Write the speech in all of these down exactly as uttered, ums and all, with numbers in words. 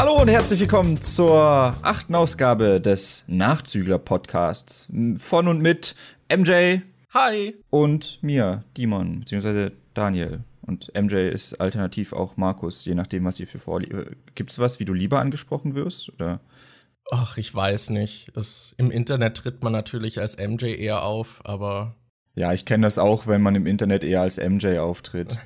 Hallo und herzlich willkommen zur achten Ausgabe des Nachzügler-Podcasts von und mit M J. Hi. Und mir, Dimon, beziehungsweise Daniel. Und M J ist alternativ auch Markus, je nachdem, was ihr für Vorliebe. Gibt's was, wie du lieber angesprochen wirst, oder? Ach, ich weiß nicht. Es, im Internet tritt man natürlich als M J eher auf, aber... Ja, ich kenne das auch, wenn man im Internet eher als M J auftritt.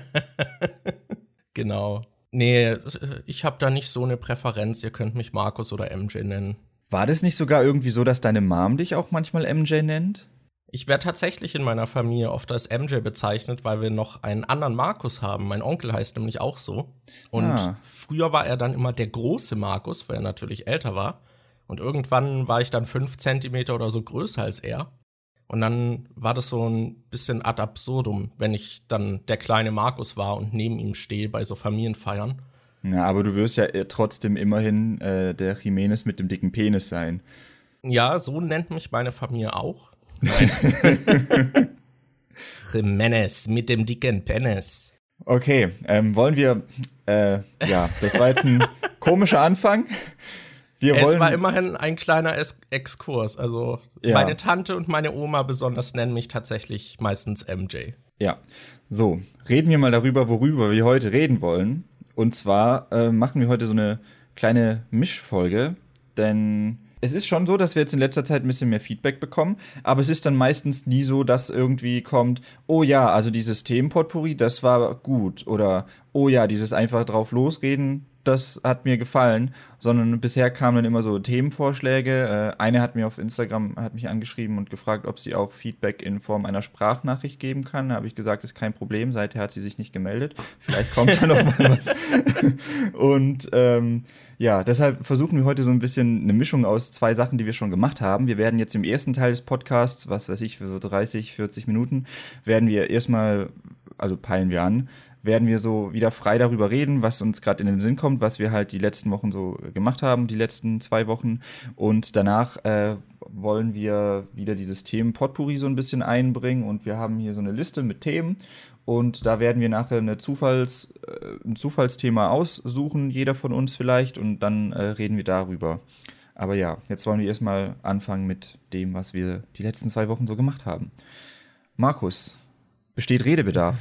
Genau. Nee, ich habe da nicht so eine Präferenz. Ihr könnt mich Markus oder M J nennen. War das nicht sogar irgendwie so, dass deine Mom dich auch manchmal M J nennt? Ich werde tatsächlich in meiner Familie oft als M J bezeichnet, weil wir noch einen anderen Markus haben. Mein Onkel heißt nämlich auch so. Und Ah. früher war er dann immer der große Markus, weil er natürlich älter war. Und irgendwann war ich dann fünf Zentimeter oder so größer als er. Und dann war das so ein bisschen ad absurdum, wenn ich dann der kleine Markus war und neben ihm stehe bei so Familienfeiern. Ja, aber du wirst ja trotzdem immerhin äh, der Jimenez mit dem dicken Penis sein. Ja, so nennt mich meine Familie auch. Nein. Jimenez mit dem dicken Penis. Okay, ähm, wollen wir, äh, ja, das war jetzt ein komischer Anfang. Wir es wollen, war immerhin ein kleiner es- Exkurs. Also ja. Meine Tante und meine Oma besonders nennen mich tatsächlich meistens M J. Ja, so, reden wir mal darüber, worüber wir heute reden wollen. Und zwar äh, machen wir heute so eine kleine Mischfolge, denn es ist schon so, dass wir jetzt in letzter Zeit ein bisschen mehr Feedback bekommen, aber es ist dann meistens nie so, dass irgendwie kommt, oh ja, also dieses Themenpotpourri, das war gut, oder oh ja, dieses einfach drauf losreden, das hat mir gefallen, sondern bisher kamen dann immer so Themenvorschläge. Äh, eine hat mir auf Instagram, hat mich angeschrieben und gefragt, ob sie auch Feedback in Form einer Sprachnachricht geben kann. Da habe ich gesagt, ist kein Problem, seither hat sie sich nicht gemeldet. Vielleicht kommt da noch mal was. Und ähm, ja, deshalb versuchen wir heute so ein bisschen eine Mischung aus zwei Sachen, die wir schon gemacht haben. Wir werden jetzt im ersten Teil des Podcasts, was weiß ich, für so dreißig, vierzig Minuten, werden wir erstmal, also peilen wir an, werden wir so wieder frei darüber reden, was uns gerade in den Sinn kommt, was wir halt die letzten Wochen so gemacht haben, die letzten zwei Wochen. Und danach äh, wollen wir wieder dieses Themen-Potpourri so ein bisschen einbringen. Und wir haben hier so eine Liste mit Themen. Und da werden wir nachher eine Zufalls, äh, ein Zufallsthema aussuchen, jeder von uns vielleicht. Und dann äh, reden wir darüber. Aber ja, jetzt wollen wir erstmal anfangen mit dem, was wir die letzten zwei Wochen so gemacht haben. Markus, besteht Redebedarf?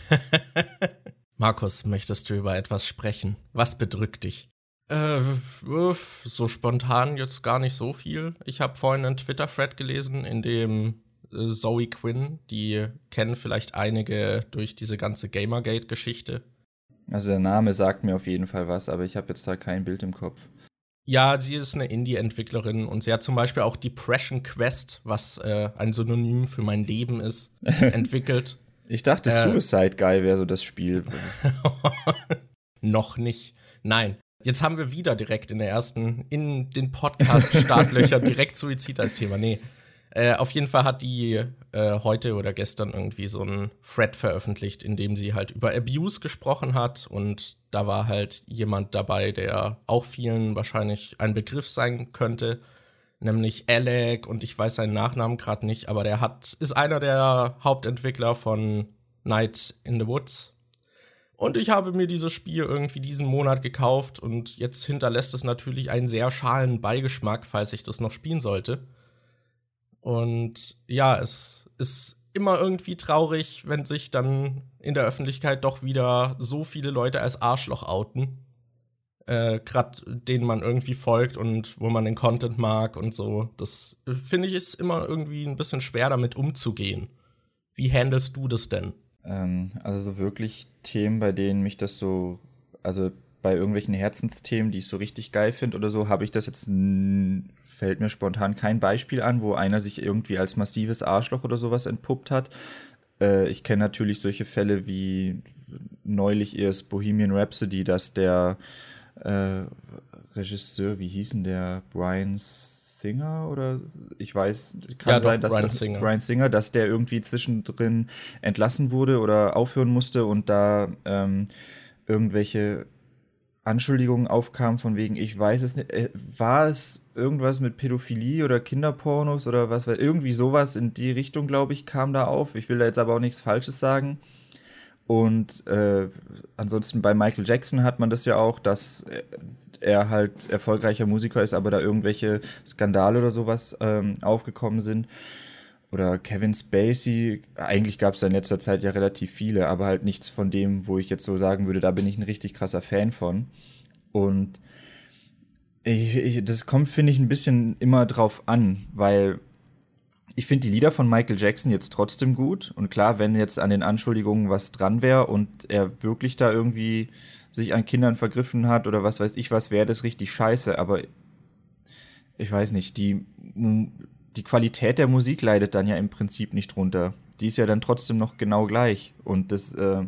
Markus, möchtest du über etwas sprechen? Was bedrückt dich? Äh, so spontan jetzt gar nicht so viel. Ich habe vorhin einen Twitter-Thread gelesen, in dem äh, Zoe Quinn, die kennen vielleicht einige durch diese ganze Gamergate-Geschichte. Also der Name sagt mir auf jeden Fall was, aber ich habe jetzt da kein Bild im Kopf. Ja, sie ist eine Indie-Entwicklerin und sie hat zum Beispiel auch Depression Quest, was äh, ein Synonym für mein Leben ist, entwickelt. Ich dachte, äh, Suicide Guy wäre so das Spiel. Noch nicht. Nein. Jetzt haben wir wieder direkt in der ersten, in den Podcast-Startlöchern direkt Suizid als Thema. Nee. Äh, auf jeden Fall hat die äh, heute oder gestern irgendwie so einen Thread veröffentlicht, in dem sie halt über Abuse gesprochen hat. Und da war halt jemand dabei, der auch vielen wahrscheinlich ein Begriff sein könnte. Nämlich Alec, und ich weiß seinen Nachnamen gerade nicht, aber der hat ist einer der Hauptentwickler von Night in the Woods. Und ich habe mir dieses Spiel irgendwie diesen Monat gekauft und jetzt hinterlässt es natürlich einen sehr schalen Beigeschmack, falls ich das noch spielen sollte. Und ja, es ist immer irgendwie traurig, wenn sich dann in der Öffentlichkeit doch wieder so viele Leute als Arschloch outen. Äh, gerade denen man irgendwie folgt und wo man den Content mag und so. Das finde ich ist immer irgendwie ein bisschen schwer damit umzugehen. Wie handelst du das denn? Ähm, also so wirklich Themen, bei denen mich das so, also bei irgendwelchen Herzensthemen, die ich so richtig geil finde oder so, habe ich das jetzt, n- fällt mir spontan kein Beispiel an, wo einer sich irgendwie als massives Arschloch oder sowas entpuppt hat. Äh, ich kenne natürlich solche Fälle wie neulich erst Bohemian Rhapsody, dass der Äh, Regisseur, wie hieß denn der? Bryan Singer oder ich weiß, kann ja, sein, doch, dass Bryan Singer. Bryan Singer, dass der irgendwie zwischendrin entlassen wurde oder aufhören musste und da ähm, irgendwelche Anschuldigungen aufkamen von wegen, ich weiß es nicht, äh, war es irgendwas mit Pädophilie oder Kinderpornos oder was, irgendwie sowas in die Richtung, glaube ich, kam da auf. Ich will da jetzt aber auch nichts Falsches sagen. Und äh, ansonsten bei Michael Jackson hat man das ja auch, dass er halt erfolgreicher Musiker ist, aber da irgendwelche Skandale oder sowas ähm, aufgekommen sind. Oder Kevin Spacey, eigentlich gab es da in letzter Zeit ja relativ viele, aber halt nichts von dem, wo ich jetzt so sagen würde, da bin ich ein richtig krasser Fan von. Und ich, ich, das kommt, finde ich, ein bisschen immer drauf an, weil ich finde die Lieder von Michael Jackson jetzt trotzdem gut. Und klar, wenn jetzt an den Anschuldigungen was dran wäre und er wirklich da irgendwie sich an Kindern vergriffen hat oder was weiß ich was, wäre das richtig scheiße. Aber ich weiß nicht, die, die Qualität der Musik leidet dann ja im Prinzip nicht drunter. Die ist ja dann trotzdem noch genau gleich. Und das, äh,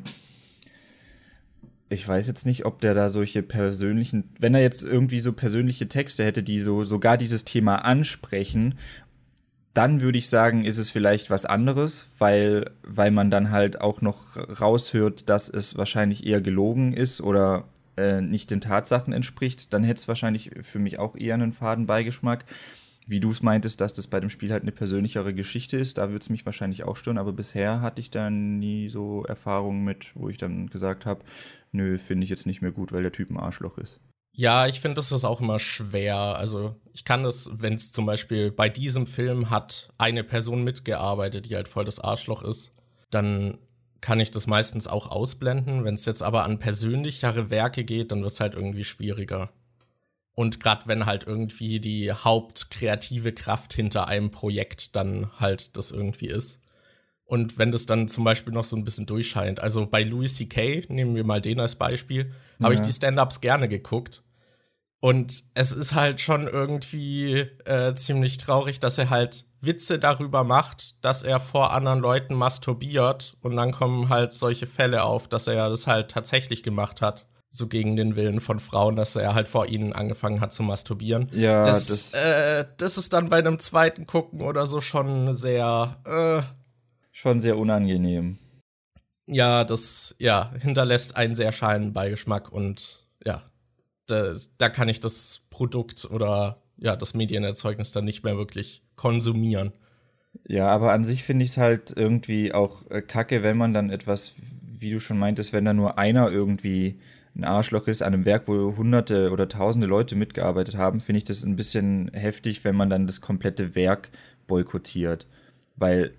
ich weiß jetzt nicht, ob der da solche persönlichen, wenn er jetzt irgendwie so persönliche Texte hätte, die so sogar dieses Thema ansprechen, dann würde ich sagen, ist es vielleicht was anderes, weil, weil man dann halt auch noch raushört, dass es wahrscheinlich eher gelogen ist oder äh, nicht den Tatsachen entspricht. Dann hätte es wahrscheinlich für mich auch eher einen faden Beigeschmack. Wie du es meintest, dass das bei dem Spiel halt eine persönlichere Geschichte ist, da würde es mich wahrscheinlich auch stören. Aber bisher hatte ich da nie so Erfahrungen mit, wo ich dann gesagt habe, nö, finde ich jetzt nicht mehr gut, weil der Typ ein Arschloch ist. Ja, ich finde, das ist auch immer schwer. Also ich kann das, wenn es zum Beispiel bei diesem Film hat eine Person mitgearbeitet, die halt voll das Arschloch ist, dann kann ich das meistens auch ausblenden. Wenn es jetzt aber an persönlichere Werke geht, dann wird es halt irgendwie schwieriger. Und gerade wenn halt irgendwie die hauptkreative Kraft hinter einem Projekt dann halt das irgendwie ist. Und wenn das dann zum Beispiel noch so ein bisschen durchscheint. Also bei Louis C K, nehmen wir mal den als Beispiel, ja. habe ich die Stand-Ups gerne geguckt. Und es ist halt schon irgendwie äh, ziemlich traurig, dass er halt Witze darüber macht, dass er vor anderen Leuten masturbiert. Und dann kommen halt solche Fälle auf, dass er das halt tatsächlich gemacht hat. So gegen den Willen von Frauen, dass er halt vor ihnen angefangen hat zu masturbieren. Ja, das, das, äh, das ist dann bei einem zweiten Gucken oder so schon sehr äh, schon sehr unangenehm. Ja, das ja, hinterlässt einen sehr schalen Beigeschmack und ja, da, da kann ich das Produkt oder ja, das Medienerzeugnis dann nicht mehr wirklich konsumieren. Ja, aber an sich finde ich es halt irgendwie auch äh, kacke, wenn man dann etwas, wie du schon meintest, wenn da nur einer irgendwie ein Arschloch ist an einem Werk, wo hunderte oder tausende Leute mitgearbeitet haben, finde ich das ein bisschen heftig, wenn man dann das komplette Werk boykottiert. Weil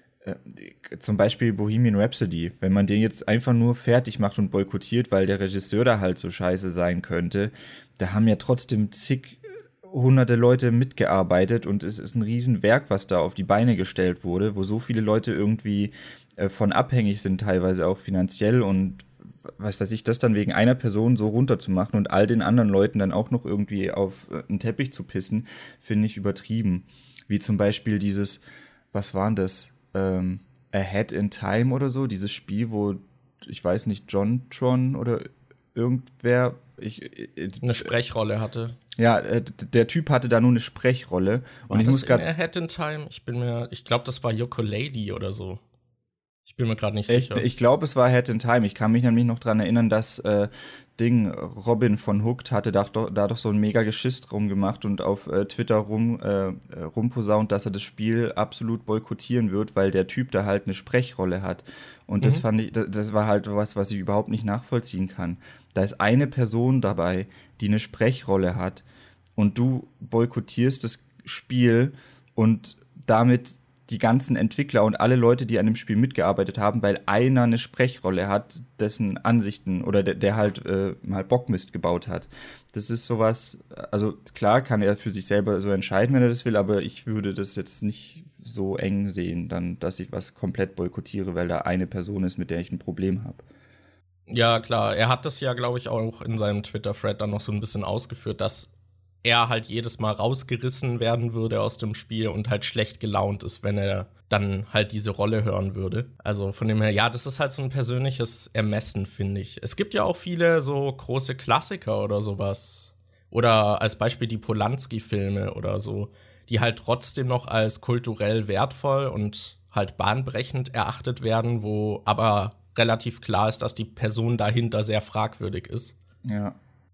zum Beispiel Bohemian Rhapsody, wenn man den jetzt einfach nur fertig macht und boykottiert, weil der Regisseur da halt so scheiße sein könnte, da haben ja trotzdem zig hunderte Leute mitgearbeitet und es ist ein Riesenwerk, was da auf die Beine gestellt wurde, wo so viele Leute irgendwie äh, von abhängig sind, teilweise auch finanziell und was weiß ich, das dann wegen einer Person so runterzumachen und all den anderen Leuten dann auch noch irgendwie auf äh, einen Teppich zu pissen, finde ich übertrieben. Wie zum Beispiel dieses, was war denn das? Ähm, Ahead in Time oder so, dieses Spiel, wo, ich weiß nicht, John Tron oder irgendwer ich, ich, eine Sprechrolle hatte. Ja, äh, der Typ hatte da nur eine Sprechrolle. War und ich das muss gerade Ahead in Time? Ich bin mir, ich glaube, das war Yooka-Laylee oder so. Ich bin mir gerade nicht Echt? sicher. Ich glaube, es war Ahead in Time. Ich kann mich nämlich noch dran erinnern, dass äh, Ding, Robin von Hooked hatte da doch, da doch so ein mega Geschiss drum gemacht und auf äh, Twitter rum, äh, rumposaunt, dass er das Spiel absolut boykottieren wird, weil der Typ da halt eine Sprechrolle hat. Und das mhm. fand ich, das, das war halt was, was ich überhaupt nicht nachvollziehen kann. Da ist eine Person dabei, die eine Sprechrolle hat und du boykottierst das Spiel und damit die ganzen Entwickler und alle Leute, die an dem Spiel mitgearbeitet haben, weil einer eine Sprechrolle hat, dessen Ansichten oder der, der halt äh, mal Bockmist gebaut hat. Das ist sowas, also klar kann er für sich selber so entscheiden, wenn er das will, aber ich würde das jetzt nicht so eng sehen, dann, dass ich was komplett boykottiere, weil da eine Person ist, mit der ich ein Problem habe. Ja, klar. Er hat das ja, glaube ich, auch in seinem Twitter-Thread dann noch so ein bisschen ausgeführt, dass er halt jedes Mal rausgerissen werden würde aus dem Spiel und halt schlecht gelaunt ist, wenn er dann halt diese Rolle hören würde. Also von dem her, ja, das ist halt so ein persönliches Ermessen, finde ich. Es gibt ja auch viele so große Klassiker oder sowas. Oder als Beispiel die Polanski-Filme oder so, die halt trotzdem noch als kulturell wertvoll und halt bahnbrechend erachtet werden, wo aber relativ klar ist, dass die Person dahinter sehr fragwürdig ist. Ja.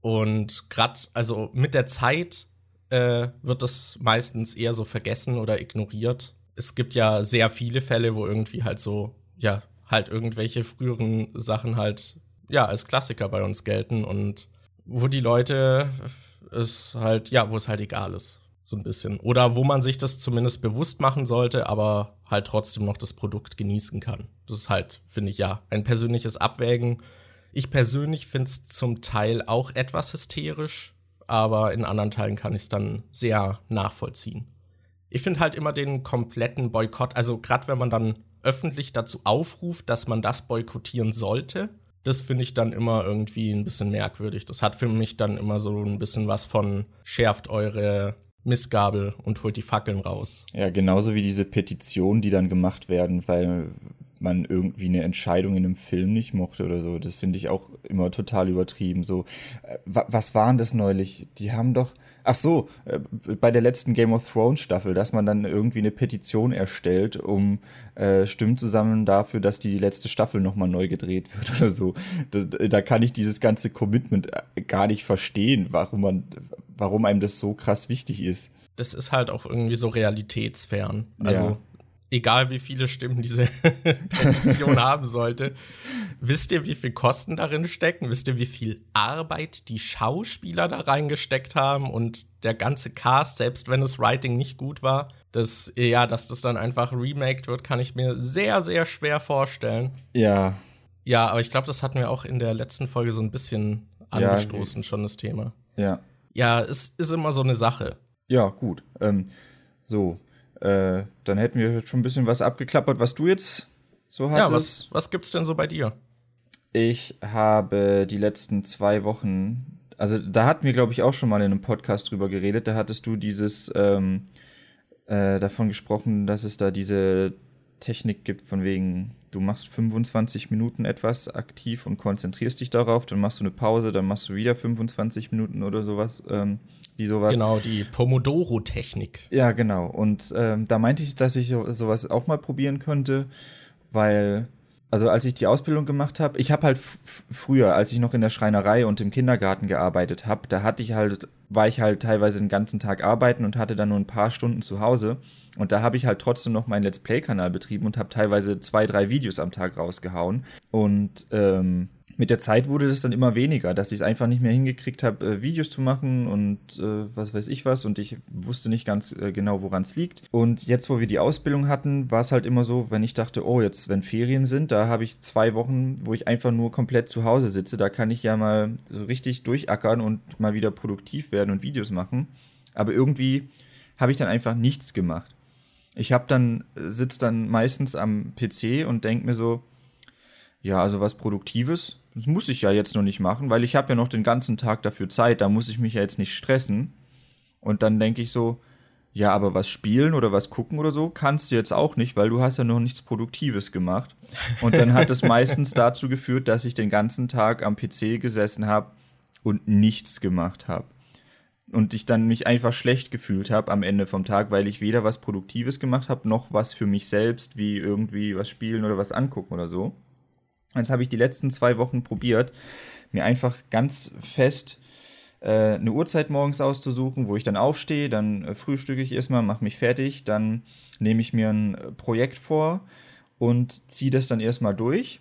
Und gerade, also mit der Zeit äh, wird das meistens eher so vergessen oder ignoriert. Es gibt ja sehr viele Fälle, wo irgendwie halt so, ja, halt irgendwelche früheren Sachen halt, ja, als Klassiker bei uns gelten. Und wo die Leute es halt, ja, wo es halt egal ist, so ein bisschen. Oder wo man sich das zumindest bewusst machen sollte, aber halt trotzdem noch das Produkt genießen kann. Das ist halt, finde ich, ja, ein persönliches Abwägen. Ich persönlich finde es zum Teil auch etwas hysterisch, aber in anderen Teilen kann ich es dann sehr nachvollziehen. Ich finde halt immer den kompletten Boykott, also gerade wenn man dann öffentlich dazu aufruft, dass man das boykottieren sollte, das finde ich dann immer irgendwie ein bisschen merkwürdig. Das hat für mich dann immer so ein bisschen was von schärft eure Mistgabel und holt die Fackeln raus. Ja, genauso wie diese Petitionen, die dann gemacht werden, weil man irgendwie eine Entscheidung in einem Film nicht mochte oder so. Das finde ich auch immer total übertrieben. So, äh, was waren das neulich? Die haben doch, ach so, äh, bei der letzten Game of Thrones Staffel, dass man dann irgendwie eine Petition erstellt, um äh, Stimmen zu sammeln dafür, dass die letzte Staffel nochmal neu gedreht wird oder so. Das, da kann ich dieses ganze Commitment gar nicht verstehen, warum man, warum einem das so krass wichtig ist. Das ist halt auch irgendwie so realitätsfern. Also Ja. Egal wie viele Stimmen diese Petition haben sollte. Wisst ihr, wie viel Kosten darin stecken? Wisst ihr, wie viel Arbeit die Schauspieler da reingesteckt haben und der ganze Cast, selbst wenn das Writing nicht gut war? Das, ja, dass das dann einfach remaked wird, kann ich mir sehr, sehr schwer vorstellen. Ja. Ja, aber ich glaube, das hatten wir auch in der letzten Folge so ein bisschen angestoßen, ja, schon das Thema. Ja. Ja, es ist immer so eine Sache. Ja, gut. Ähm, so. Äh, dann hätten wir schon ein bisschen was abgeklappert, was du jetzt so hattest. Ja, was, was gibt's denn so bei dir? Ich habe die letzten zwei Wochen, also da hatten wir, glaube ich, auch schon mal in einem Podcast drüber geredet, da hattest du dieses, ähm, äh, davon gesprochen, dass es da diese Technik gibt, von wegen, du machst fünfundzwanzig Minuten etwas aktiv und konzentrierst dich darauf, dann machst du eine Pause, dann machst du wieder fünfundzwanzig Minuten oder sowas, ähm, wie sowas. Genau, die Pomodoro-Technik. Ja, genau. Und ähm, da meinte ich, dass ich so, sowas auch mal probieren könnte, weil, also als ich die Ausbildung gemacht habe, ich habe halt f- früher, als ich noch in der Schreinerei und im Kindergarten gearbeitet habe, da hatte ich halt, war ich halt teilweise den ganzen Tag arbeiten und hatte dann nur ein paar Stunden zu Hause. Und da habe ich halt trotzdem noch meinen Let's Play-Kanal betrieben und habe teilweise zwei, drei Videos am Tag rausgehauen. Und ähm, mit der Zeit wurde das dann immer weniger, dass ich es einfach nicht mehr hingekriegt habe, äh, Videos zu machen und äh, was weiß ich was. Und ich wusste nicht ganz äh, genau, woran es liegt. Und jetzt, wo wir die Ausbildung hatten, war es halt immer so, wenn ich dachte, oh, jetzt, wenn Ferien sind, da habe ich zwei Wochen, wo ich einfach nur komplett zu Hause sitze. Da kann ich ja mal so richtig durchackern und mal wieder produktiv werden und Videos machen. Aber irgendwie habe ich dann einfach nichts gemacht. Ich habe dann, sitze dann meistens am P C und denke mir so, ja, also was Produktives, das muss ich ja jetzt noch nicht machen, weil ich habe ja noch den ganzen Tag dafür Zeit, da muss ich mich ja jetzt nicht stressen. Und dann denke ich so, ja, aber was spielen oder was gucken oder so kannst du jetzt auch nicht, weil du hast ja noch nichts Produktives gemacht. Und dann hat es meistens dazu geführt, dass ich den ganzen Tag am P C gesessen habe und nichts gemacht habe. Und ich dann mich einfach schlecht gefühlt habe am Ende vom Tag, weil ich weder was Produktives gemacht habe, noch was für mich selbst, wie irgendwie was spielen oder was angucken oder so. Jetzt habe ich die letzten zwei Wochen probiert, mir einfach ganz fest äh, eine Uhrzeit morgens auszusuchen, wo ich dann aufstehe, dann äh, frühstücke ich erstmal, mache mich fertig, dann nehme ich mir ein Projekt vor und ziehe das dann erstmal durch.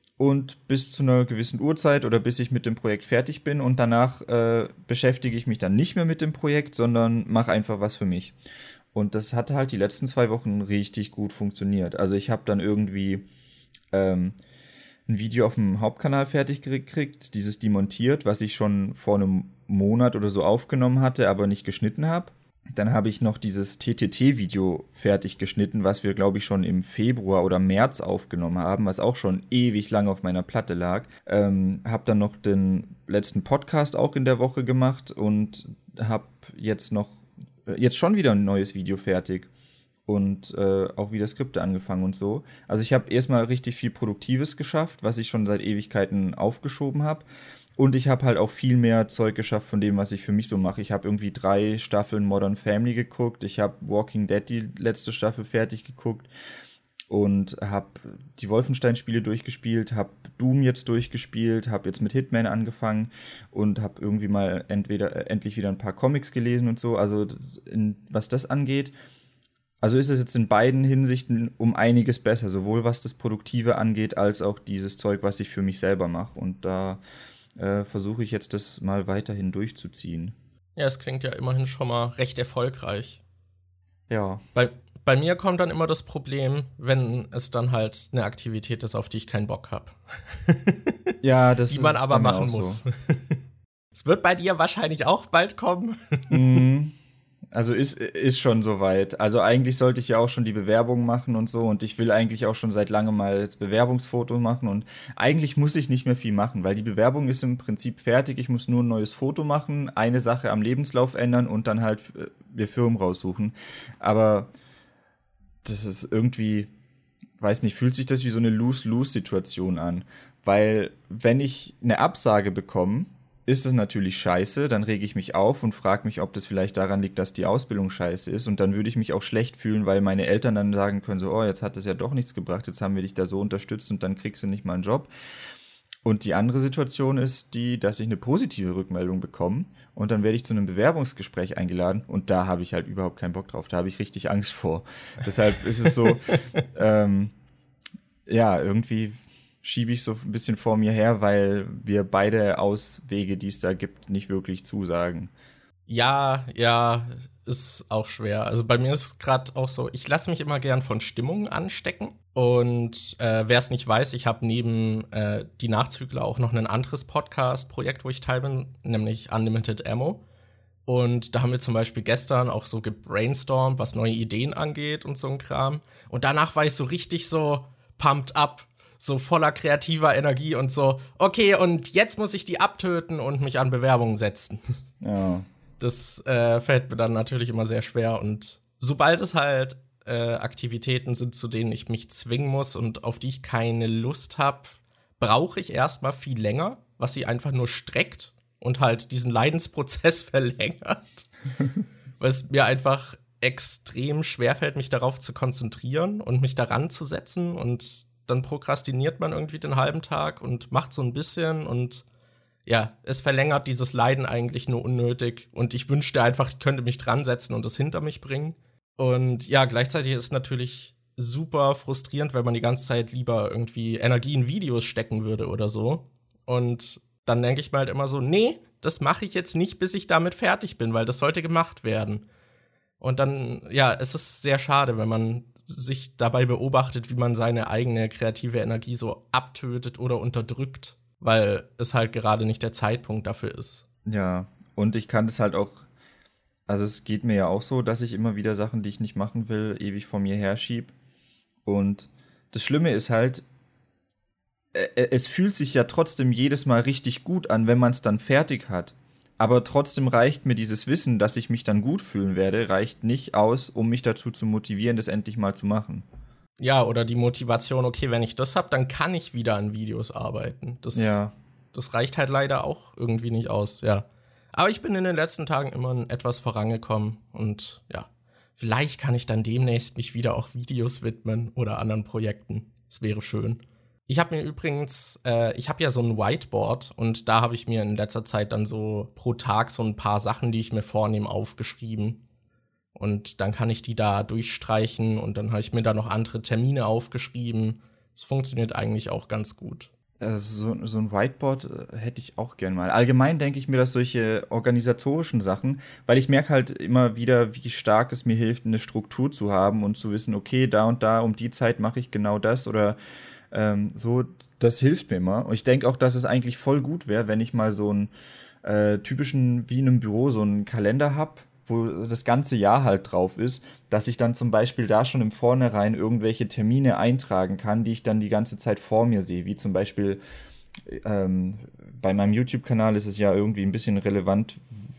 Und bis zu einer gewissen Uhrzeit oder bis ich mit dem Projekt fertig bin und danach äh, beschäftige ich mich dann nicht mehr mit dem Projekt, sondern mache einfach was für mich. Und das hat halt die letzten zwei Wochen richtig gut funktioniert. Also ich habe dann irgendwie ähm, ein Video auf dem Hauptkanal fertig gekriegt, dieses demontiert, was ich schon vor einem Monat oder so aufgenommen hatte, aber nicht geschnitten habe. Dann habe ich noch dieses T T T-Video fertig geschnitten, was wir, glaube ich, schon im Februar oder März aufgenommen haben, was auch schon ewig lang auf meiner Platte lag. Ähm, habe dann noch den letzten Podcast auch in der Woche gemacht und habe jetzt noch, äh, jetzt schon wieder ein neues Video fertig und äh, auch wieder Skripte angefangen und so. Also ich habe erstmal richtig viel Produktives geschafft, was ich schon seit Ewigkeiten aufgeschoben habe. Und ich habe halt auch viel mehr Zeug geschafft von dem, was ich für mich so mache. Ich habe irgendwie drei Staffeln Modern Family geguckt. Ich habe Walking Dead die letzte Staffel fertig geguckt. Und habe die Wolfenstein-Spiele durchgespielt, habe Doom jetzt durchgespielt, habe jetzt mit Hitman angefangen und habe irgendwie mal entweder äh, endlich wieder ein paar Comics gelesen und so. Also in, was das angeht, also ist es jetzt in beiden Hinsichten um einiges besser. Sowohl was das Produktive angeht, als auch dieses Zeug, was ich für mich selber mache. Und da äh, versuche ich jetzt das mal weiterhin durchzuziehen. Ja, es klingt ja immerhin schon mal recht erfolgreich. Ja. Bei, bei mir kommt dann immer das Problem, wenn es dann halt eine Aktivität ist, auf die ich keinen Bock habe. Ja, das die man ist aber bei mir machen auch muss. so. Es wird bei dir wahrscheinlich auch bald kommen. Mhm. Also ist, ist schon soweit. Also eigentlich sollte ich ja auch schon die Bewerbung machen und so und ich will eigentlich auch schon seit langem mal das Bewerbungsfoto machen und eigentlich muss ich nicht mehr viel machen, weil die Bewerbung ist im Prinzip fertig. Ich muss nur ein neues Foto machen, eine Sache am Lebenslauf ändern und dann halt äh, mir Firmen raussuchen. Aber das ist irgendwie, weiß nicht, fühlt sich das wie so eine Lose-Lose-Situation an. Weil wenn ich eine Absage bekomme, ist es natürlich scheiße, dann rege ich mich auf und frage mich, ob das vielleicht daran liegt, dass die Ausbildung scheiße ist und dann würde ich mich auch schlecht fühlen, weil meine Eltern dann sagen können, so, oh, jetzt hat das ja doch nichts gebracht, jetzt haben wir dich da so unterstützt und dann kriegst du nicht mal einen Job. Und die andere Situation ist die, dass ich eine positive Rückmeldung bekomme und dann werde ich zu einem Bewerbungsgespräch eingeladen und da habe ich halt überhaupt keinen Bock drauf, da habe ich richtig Angst vor. Deshalb ist es so, ähm, ja, irgendwie schiebe ich so ein bisschen vor mir her, weil wir beide Auswege, die es da gibt, nicht wirklich zusagen. Ja, ja, ist auch schwer. Also bei mir ist gerade auch so, ich lasse mich immer gern von Stimmungen anstecken. Und äh, wer es nicht weiß, ich habe neben äh, die Nachzügler auch noch ein anderes Podcast-Projekt, wo ich teil bin, nämlich Unlimited Ammo. Und da haben wir zum Beispiel gestern auch so gebrainstormt, was neue Ideen angeht und so ein Kram. Und danach war ich so richtig so pumped up, so voller kreativer Energie und so, okay, und jetzt muss ich die abtöten und mich an Bewerbungen setzen. Ja. Das äh, fällt mir dann natürlich immer sehr schwer. Und sobald es halt äh, Aktivitäten sind, zu denen ich mich zwingen muss und auf die ich keine Lust habe, brauche ich erstmal viel länger, was sie einfach nur streckt und halt diesen Leidensprozess verlängert. Weil es mir einfach extrem schwerfällt, mich darauf zu konzentrieren und mich daran zu setzen. Und dann prokrastiniert man irgendwie den halben Tag und macht so ein bisschen und ja, es verlängert dieses Leiden eigentlich nur unnötig. Und ich wünschte einfach, ich könnte mich dran setzen und es hinter mich bringen. Und ja, gleichzeitig ist es natürlich super frustrierend, wenn man die ganze Zeit lieber irgendwie Energie in Videos stecken würde oder so. Und dann denke ich mir halt immer so, nee, das mache ich jetzt nicht, bis ich damit fertig bin, weil das sollte gemacht werden. Und dann, ja, es ist sehr schade, wenn man sich dabei beobachtet, wie man seine eigene kreative Energie so abtötet oder unterdrückt, weil es halt gerade nicht der Zeitpunkt dafür ist. Ja, und ich kann das halt auch, also es geht mir ja auch so, dass ich immer wieder Sachen, die ich nicht machen will, ewig vor mir herschieb. Und das Schlimme ist halt, es fühlt sich ja trotzdem jedes Mal richtig gut an, wenn man es dann fertig hat. Aber trotzdem reicht mir dieses Wissen, dass ich mich dann gut fühlen werde, reicht nicht aus, um mich dazu zu motivieren, das endlich mal zu machen. Ja, oder die Motivation, okay, wenn ich das habe, dann kann ich wieder an Videos arbeiten. Das, ja. das reicht halt leider auch irgendwie nicht aus, ja. Aber ich bin in den letzten Tagen immer etwas vorangekommen und ja, vielleicht kann ich dann demnächst mich wieder auch Videos widmen oder anderen Projekten. Das wäre schön. Ich habe mir übrigens, äh, ich habe ja so ein Whiteboard und da habe ich mir in letzter Zeit dann so pro Tag so ein paar Sachen, die ich mir vornehme, aufgeschrieben. Und dann kann ich die da durchstreichen und dann habe ich mir da noch andere Termine aufgeschrieben. Es funktioniert eigentlich auch ganz gut. Also so, so ein Whiteboard äh, hätte ich auch gern mal. Allgemein denke ich mir, dass solche organisatorischen Sachen, weil ich merke halt immer wieder, wie stark es mir hilft, eine Struktur zu haben und zu wissen, okay, da und da um die Zeit mache ich genau das oder ähm, so, das hilft mir immer. Und ich denke auch, dass es eigentlich voll gut wäre, wenn ich mal so einen äh, typischen, wie in einem Büro, so einen Kalender habe, wo das ganze Jahr halt drauf ist, dass ich dann zum Beispiel da schon im Vornherein irgendwelche Termine eintragen kann, die ich dann die ganze Zeit vor mir sehe, wie zum Beispiel ähm, bei meinem YouTube-Kanal ist es ja irgendwie ein bisschen relevant,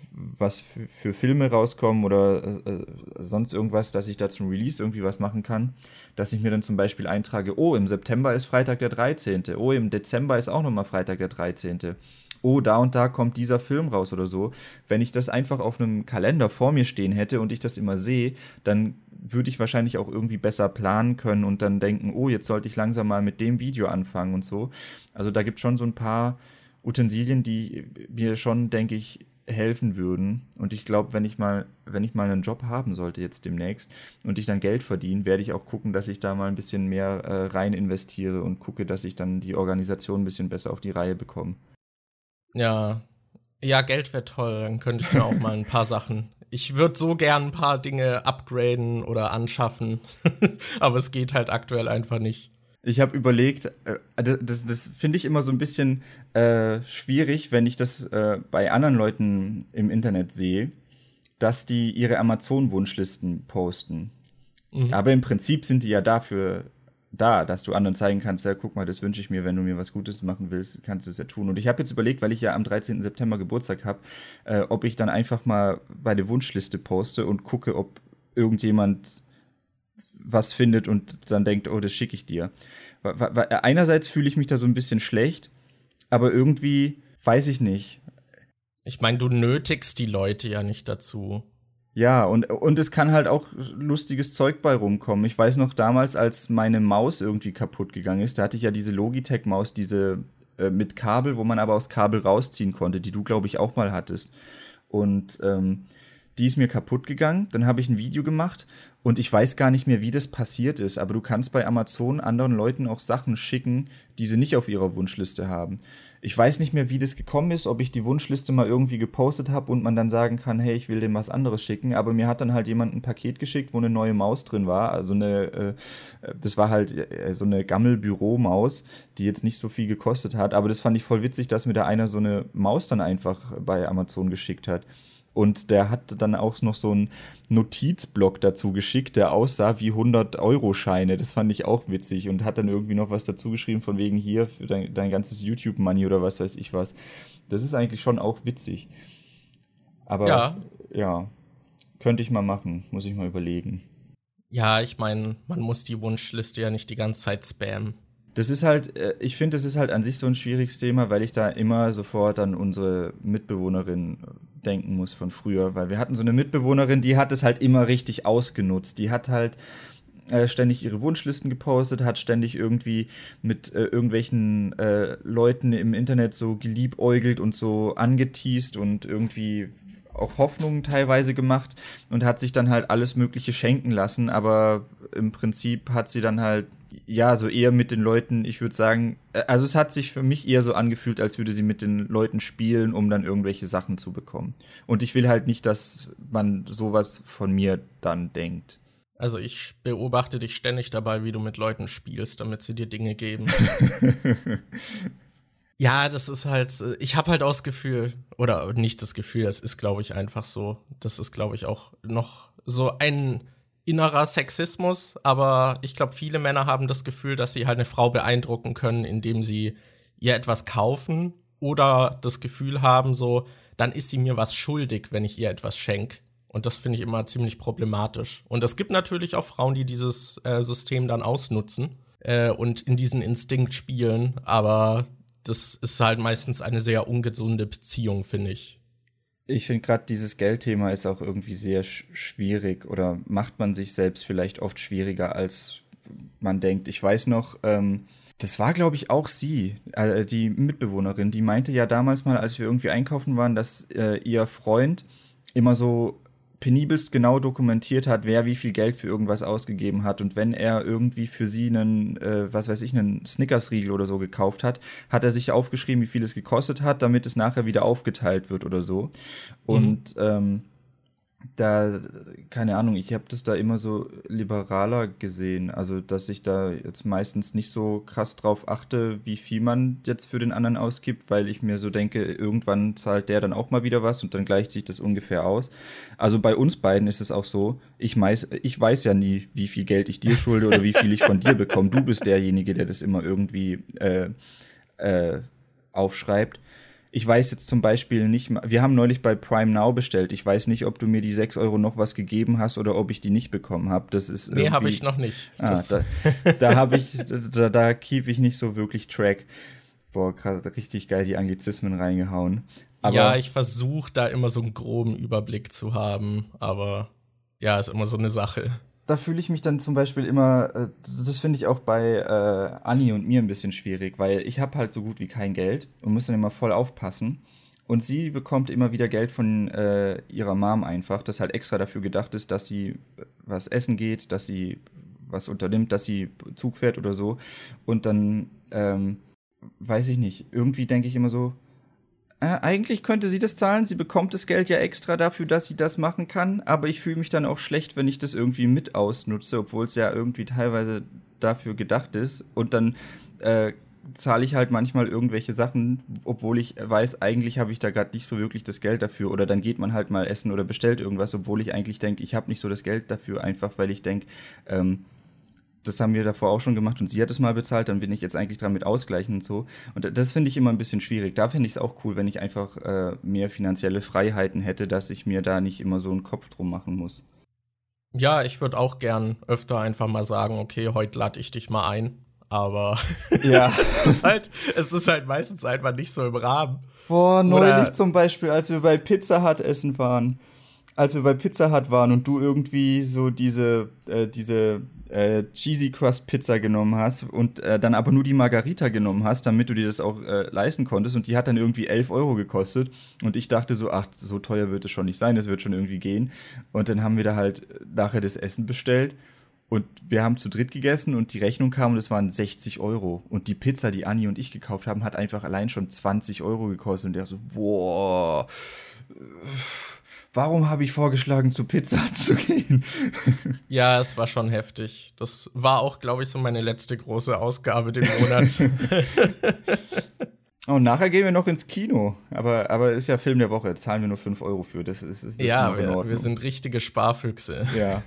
was für, für Filme rauskommen oder äh, sonst irgendwas, dass ich da zum Release irgendwie was machen kann, dass ich mir dann zum Beispiel eintrage, oh, im September ist Freitag der dreizehnte, oh, im Dezember ist auch nochmal Freitag der dreizehnte, oh, da und da kommt dieser Film raus oder so. Wenn ich das einfach auf einem Kalender vor mir stehen hätte und ich das immer sehe, dann würde ich wahrscheinlich auch irgendwie besser planen können und dann denken, oh, jetzt sollte ich langsam mal mit dem Video anfangen und so. Also da gibt es schon so ein paar Utensilien, die mir schon, denke ich, helfen würden. Und ich glaube, wenn ich mal, wenn ich mal einen Job haben sollte jetzt demnächst und ich dann Geld verdiene, werde ich auch gucken, dass ich da mal ein bisschen mehr äh, rein investiere und gucke, dass ich dann die Organisation ein bisschen besser auf die Reihe bekomme. Ja, ja, Geld wäre toll, dann könnte ich mir auch mal ein paar Sachen. Ich würde so gern ein paar Dinge upgraden oder anschaffen, aber es geht halt aktuell einfach nicht. Ich habe überlegt, äh, das, das finde ich immer so ein bisschen äh, schwierig, wenn ich das äh, bei anderen Leuten im Internet sehe, dass die ihre Amazon-Wunschlisten posten. Mhm. Aber im Prinzip sind die ja dafür da, dass du anderen zeigen kannst, ja, guck mal, das wünsche ich mir, wenn du mir was Gutes machen willst, kannst du es ja tun. Und ich habe jetzt überlegt, weil ich ja am dreizehnten September Geburtstag habe, äh, ob ich dann einfach mal bei der Wunschliste poste und gucke, ob irgendjemand was findet und dann denkt, oh, das schicke ich dir. Weil einerseits fühle ich mich da so ein bisschen schlecht, aber irgendwie weiß ich nicht. Ich meine, du nötigst die Leute ja nicht dazu. Ja, und, und es kann halt auch lustiges Zeug bei rumkommen. Ich weiß noch damals, als meine Maus irgendwie kaputt gegangen ist, da hatte ich ja diese Logitech-Maus, diese äh, mit Kabel, wo man aber aus Kabel rausziehen konnte, die du, glaube ich, auch mal hattest. Und ähm, die ist mir kaputt gegangen, dann habe ich ein Video gemacht und ich weiß gar nicht mehr, wie das passiert ist, aber du kannst bei Amazon anderen Leuten auch Sachen schicken, die sie nicht auf ihrer Wunschliste haben. Ich weiß nicht mehr, wie das gekommen ist, ob ich die Wunschliste mal irgendwie gepostet habe und man dann sagen kann, hey, ich will dem was anderes schicken, aber mir hat dann halt jemand ein Paket geschickt, wo eine neue Maus drin war, also eine, äh, das war halt äh, so eine Gammel-Büro-Maus, die jetzt nicht so viel gekostet hat, aber das fand ich voll witzig, dass mir da einer so eine Maus dann einfach bei Amazon geschickt hat. Und der hat dann auch noch so einen Notizblock dazu geschickt, der aussah wie hundert-Euro-Scheine. Das fand ich auch witzig und hat dann irgendwie noch was dazu geschrieben von wegen hier für dein, dein ganzes YouTube-Money oder was weiß ich was. Das ist eigentlich schon auch witzig. Aber Ja, ja, könnte ich mal machen, muss ich mal überlegen. ja, ich meine, man muss die Wunschliste ja nicht die ganze Zeit spammen. Das ist halt, äh, ich finde, das ist halt an sich so ein schwieriges Thema, weil ich da immer sofort an unsere Mitbewohnerin denken muss von früher, weil wir hatten so eine Mitbewohnerin, die hat es halt immer richtig ausgenutzt. Die hat halt äh, ständig ihre Wunschlisten gepostet, hat ständig irgendwie mit äh, irgendwelchen äh, Leuten im Internet so geliebäugelt und so angeteast und irgendwie auch Hoffnungen teilweise gemacht und hat sich dann halt alles Mögliche schenken lassen, aber im Prinzip hat sie dann halt ja, so eher mit den Leuten, ich würde sagen, also es hat sich für mich eher so angefühlt, als würde sie mit den Leuten spielen, um dann irgendwelche Sachen zu bekommen. Und ich will halt nicht, dass man sowas von mir dann denkt. Also ich beobachte dich ständig dabei, wie du mit Leuten spielst, damit sie dir Dinge geben. Ja, das ist halt, ich habe halt auch das Gefühl, oder nicht das Gefühl, es ist, glaube ich, einfach so. Das ist, glaube ich, auch noch so ein innerer Sexismus, aber ich glaube, viele Männer haben das Gefühl, dass sie halt eine Frau beeindrucken können, indem sie ihr etwas kaufen oder das Gefühl haben, so, dann ist sie mir was schuldig, wenn ich ihr etwas schenke. Und das finde ich immer ziemlich problematisch. Und es gibt natürlich auch Frauen, die dieses äh, System dann ausnutzen äh, und in diesen Instinkt spielen, aber das ist halt meistens eine sehr ungesunde Beziehung, finde ich. Ich finde gerade dieses Geldthema ist auch irgendwie sehr sch- schwierig oder macht man sich selbst vielleicht oft schwieriger, als man denkt. Ich weiß noch, ähm, das war, glaube ich, auch sie, äh, die Mitbewohnerin, die meinte ja damals mal, als wir irgendwie einkaufen waren, dass äh, ihr Freund immer so penibelst genau dokumentiert hat, wer wie viel Geld für irgendwas ausgegeben hat. Und wenn er irgendwie für sie einen, äh, was weiß ich, einen Snickers-Riegel oder so gekauft hat, hat er sich aufgeschrieben, wie viel es gekostet hat, damit es nachher wieder aufgeteilt wird oder so. Und mhm. ähm, da, keine Ahnung, ich habe das da immer so liberaler gesehen. Also, dass ich da jetzt meistens nicht so krass drauf achte, wie viel man jetzt für den anderen ausgibt, weil ich mir so denke, irgendwann zahlt der dann auch mal wieder was und dann gleicht sich das ungefähr aus. Also bei uns beiden ist es auch so, ich, meis, ich weiß ja nie, wie viel Geld ich dir schulde oder wie viel ich von dir bekomme. Du bist derjenige, der das immer irgendwie äh, äh, aufschreibt. Ich weiß jetzt zum Beispiel nicht, wir haben neulich bei Prime Now bestellt. Ich weiß nicht, ob du mir die sechs Euro noch was gegeben hast oder ob ich die nicht bekommen habe. Das ist nee, habe ich noch nicht. Ah, da da habe ich, da, da keep ich nicht so wirklich Track. Boah, krass, richtig geil die Anglizismen reingehauen. Aber ja, ich versuche da immer so einen groben Überblick zu haben, aber ja, ist immer so eine Sache. Da fühle ich mich dann zum Beispiel immer, das finde ich auch bei äh, Anni und mir ein bisschen schwierig, weil ich habe halt so gut wie kein Geld und muss dann immer voll aufpassen. Und sie bekommt immer wieder Geld von äh, ihrer Mom einfach, das halt extra dafür gedacht ist, dass sie was essen geht, dass sie was unternimmt, dass sie Zug fährt oder so. Und dann, ähm, weiß ich nicht, irgendwie denke ich immer so, Äh, eigentlich könnte sie das zahlen. Sie bekommt das Geld ja extra dafür, dass sie das machen kann. Aber ich fühle mich dann auch schlecht, wenn ich das irgendwie mit ausnutze, obwohl es ja irgendwie teilweise dafür gedacht ist. Und dann äh, zahle ich halt manchmal irgendwelche Sachen, obwohl ich weiß, eigentlich habe ich da gerade nicht so wirklich das Geld dafür. Oder dann geht man halt mal essen oder bestellt irgendwas, obwohl ich eigentlich denke, ich habe nicht so das Geld dafür. Einfach weil ich denke, ähm, das haben wir davor auch schon gemacht und sie hat es mal bezahlt, dann bin ich jetzt eigentlich dran mit ausgleichen und so. Und das finde ich immer ein bisschen schwierig. Da finde ich es auch cool, wenn ich einfach äh, mehr finanzielle Freiheiten hätte, dass ich mir da nicht immer so einen Kopf drum machen muss. Ja, ich würde auch gern öfter einfach mal sagen, okay, heute lade ich dich mal ein. Aber ja. es ist halt, es ist halt meistens einfach nicht so im Rahmen. Boah, neulich Oder zum Beispiel, als wir bei Pizza Hut essen waren. Als wir bei Pizza Hut waren und du irgendwie so diese, äh, diese äh, Cheesy Crust Pizza genommen hast und äh, dann aber nur die Margarita genommen hast, damit du dir das auch äh, leisten konntest und die hat dann irgendwie elf Euro gekostet und ich dachte so, ach, so teuer wird es schon nicht sein, das wird schon irgendwie gehen und dann haben wir da halt nachher das Essen bestellt und wir haben zu dritt gegessen und die Rechnung kam und es waren sechzig Euro und die Pizza, die Anni und ich gekauft haben, hat einfach allein schon zwanzig Euro gekostet und der so, boah, warum habe ich vorgeschlagen, zu Pizza Hut zu gehen? Ja, es war schon heftig. Das war auch, glaube ich, so meine letzte große Ausgabe den Monat. Und nachher gehen wir noch ins Kino. Aber, aber ist ja Film der Woche, zahlen wir nur fünf Euro für. Das ist, ist das ja, noch in Ordnung. wir, wir sind richtige Sparfüchse. Ja.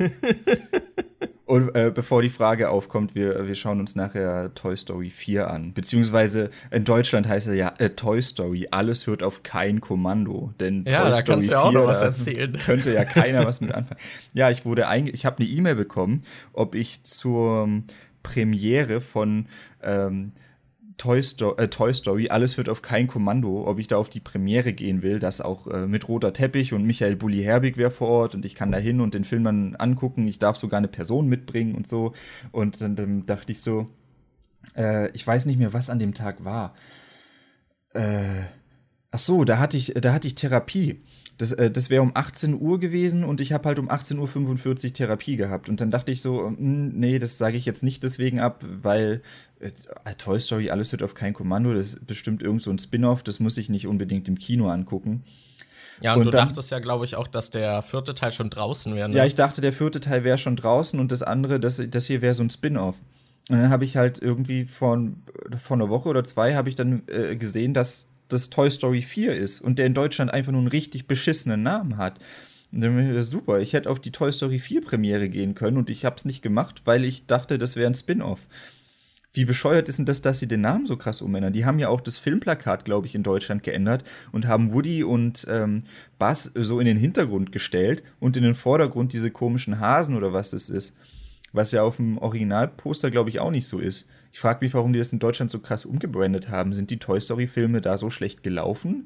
Und äh, bevor die Frage aufkommt, wir, wir schauen uns nachher Toy Story vier an. Beziehungsweise in Deutschland heißt er ja äh, Toy Story. Alles hört auf kein Kommando. Denn ja, Toy da Story kannst du ja auch vier, noch was erzählen. Könnte ja keiner was mit anfangen. Ja, ich wurde einge- ich habe eine E-Mail bekommen, ob ich zur ähm, Premiere von ähm, Toy, Sto- äh, Toy Story, alles wird auf kein Kommando, ob ich da auf die Premiere gehen will, das auch äh, mit roter Teppich und Michael Bulli-Herbig wäre vor Ort und ich kann da hin und den Film dann angucken, ich darf sogar eine Person mitbringen und so und dann, dann dachte ich so, äh, ich weiß nicht mehr, was an dem Tag war. Äh, ach so, da hatte ich, da hatte ich Therapie. Das, äh, das wäre um achtzehn Uhr gewesen und ich habe halt um achtzehn Uhr fünfundvierzig Therapie gehabt. Und dann dachte ich so, mh, nee, das sage ich jetzt nicht deswegen ab, weil äh, Toy Story, alles wird auf kein Kommando, das ist bestimmt irgend so ein Spin-off, das muss ich nicht unbedingt im Kino angucken. Ja, und, und du dann, dachtest ja, glaube ich, auch, dass der vierte Teil schon draußen wäre. Ne? Ja, ich dachte, der vierte Teil wäre schon draußen und das andere, das, das hier wäre so ein Spin-off. Und dann habe ich halt irgendwie von, von einer Woche oder zwei habe ich dann äh, gesehen, dass das Toy Story vier ist und der in Deutschland einfach nur einen richtig beschissenen Namen hat. Und dann bin ich, super, ich hätte auf die Toy Story vier Premiere gehen können und ich habe es nicht gemacht, weil ich dachte, das wäre ein Spin-off. Wie bescheuert ist denn das, dass sie den Namen so krass umändern? Die haben ja auch das Filmplakat, glaube ich, in Deutschland geändert und haben Woody und ähm, Buzz so in den Hintergrund gestellt und in den Vordergrund diese komischen Hasen oder was das ist. Was ja auf dem Originalposter, glaube ich, auch nicht so ist. Ich frage mich, warum die das in Deutschland so krass umgebrandet haben. Sind die Toy Story-Filme da so schlecht gelaufen?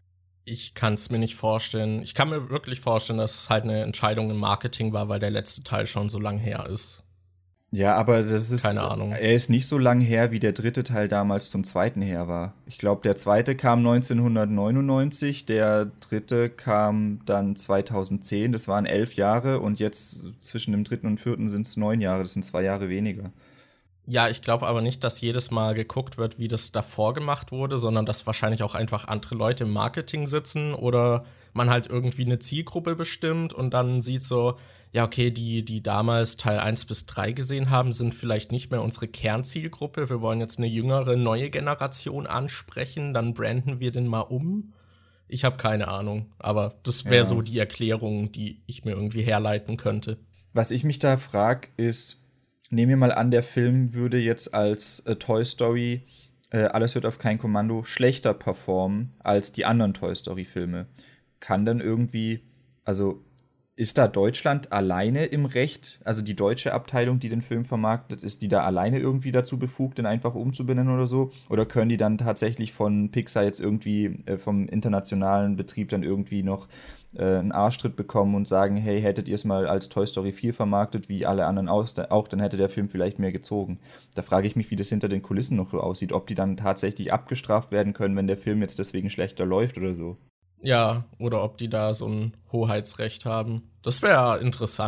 Ich kann es mir nicht vorstellen. Ich kann mir wirklich vorstellen, dass es halt eine Entscheidung im Marketing war, weil der letzte Teil schon so lang her ist. Ja, aber das ist. Keine Ahnung. Er ist nicht so lang her, wie der dritte Teil damals zum zweiten her war. Ich glaube, der zweite kam neunzehnhundertneunundneunzig, der dritte kam dann zweitausendzehn. Das waren elf Jahre und jetzt zwischen dem dritten und vierten sind es neun Jahre. Das sind zwei Jahre weniger. Ja, ich glaube aber nicht, dass jedes Mal geguckt wird, wie das davor gemacht wurde, sondern dass wahrscheinlich auch einfach andere Leute im Marketing sitzen oder man halt irgendwie eine Zielgruppe bestimmt und dann sieht so, ja, okay, die, die damals Teil eins bis drei gesehen haben, sind vielleicht nicht mehr unsere Kernzielgruppe. Wir wollen jetzt eine jüngere, neue Generation ansprechen, dann branden wir den mal um. Ich habe keine Ahnung, aber das wäre ja so die Erklärung, die ich mir irgendwie herleiten könnte. Was ich mich da frage, ist, nehmen wir mal an, der Film würde jetzt als äh, Toy Story, äh, alles wird auf kein Kommando, schlechter performen als die anderen Toy Story-Filme. Kann dann irgendwie, also ist da Deutschland alleine im Recht, also die deutsche Abteilung, die den Film vermarktet, ist die da alleine irgendwie dazu befugt, den einfach umzubenennen oder so? Oder können die dann tatsächlich von Pixar jetzt irgendwie, äh, vom internationalen Betrieb dann irgendwie noch äh, einen Arschtritt bekommen und sagen, hey, hättet ihr es mal als Toy Story vier vermarktet, wie alle anderen aus, auch, dann hätte der Film vielleicht mehr gezogen. Da frage ich mich, wie das hinter den Kulissen noch so aussieht, ob die dann tatsächlich abgestraft werden können, wenn der Film jetzt deswegen schlechter läuft oder so. Ja, oder ob die da so ein Hoheitsrecht haben. Das wäre interessant.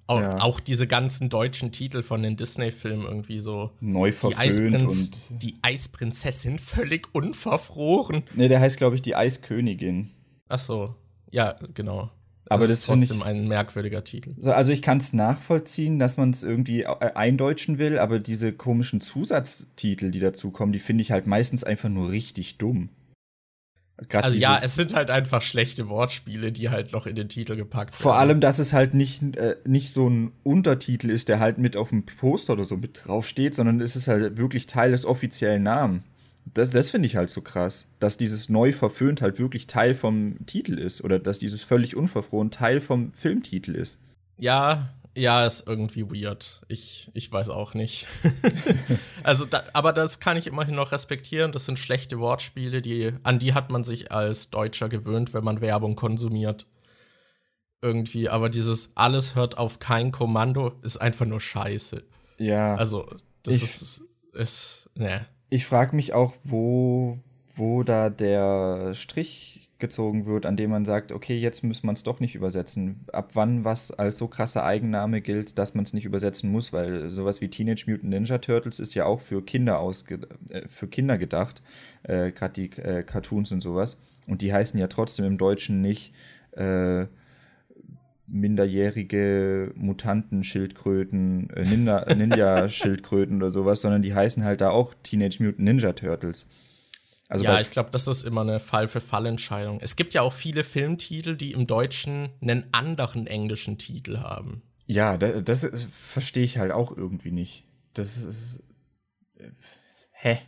Auch, Ja. auch diese ganzen deutschen Titel von den Disney-Filmen irgendwie so. Neu Die, verföhnt Eisprinz, und. die Eisprinzessin völlig unverfroren. Ne, der heißt, glaube ich, die Eiskönigin. Ach so, ja, genau. Aber das ist finde trotzdem ich- ein merkwürdiger Titel. So, also ich kann es nachvollziehen, dass man es irgendwie äh, eindeutschen will, aber diese komischen Zusatztitel, die dazu kommen, die finde ich halt meistens einfach nur richtig dumm. Grad Also ja, dieses- es sind halt einfach schlechte Wortspiele, die halt noch in den Titel gepackt werden. Vor allem, dass es halt nicht, äh, nicht so ein Untertitel ist, der halt mit auf dem Poster oder so mit draufsteht, sondern es ist halt wirklich Teil des offiziellen Namens. Das, das finde ich halt so krass, dass dieses neu verföhnt halt wirklich Teil vom Titel ist oder dass dieses völlig unverfroren Teil vom Filmtitel ist. Ja, ja, ist irgendwie weird. Ich, ich weiß auch nicht. Also, da, aber das kann ich immerhin noch respektieren. Das sind schlechte Wortspiele, die, an die hat man sich als Deutscher gewöhnt, wenn man Werbung konsumiert. Irgendwie, aber dieses alles hört auf kein Kommando ist einfach nur scheiße. Ja. Also, das Ich- ist, ist, ne. Ich frage mich auch, wo, wo da der Strich gezogen wird, an dem man sagt, okay, jetzt muss man es doch nicht übersetzen. Ab wann was als so krasser Eigenname gilt, dass man es nicht übersetzen muss, weil sowas wie Teenage Mutant Ninja Turtles ist ja auch für Kinder ausge äh, für Kinder gedacht, äh, gerade die äh, Cartoons und sowas. Und die heißen ja trotzdem im Deutschen nicht äh, minderjährige Mutanten-Schildkröten, äh, Ninja- Ninja-Schildkröten oder sowas, sondern die heißen halt da auch Teenage Mutant Ninja Turtles. Also Ja, bei- ich glaube, das ist immer eine Fall-für-Fall-Entscheidung. Es gibt ja auch viele Filmtitel, die im Deutschen einen anderen englischen Titel haben. ja, da- das, ist- verstehe ich halt auch irgendwie nicht. Das ist. äh, Hä?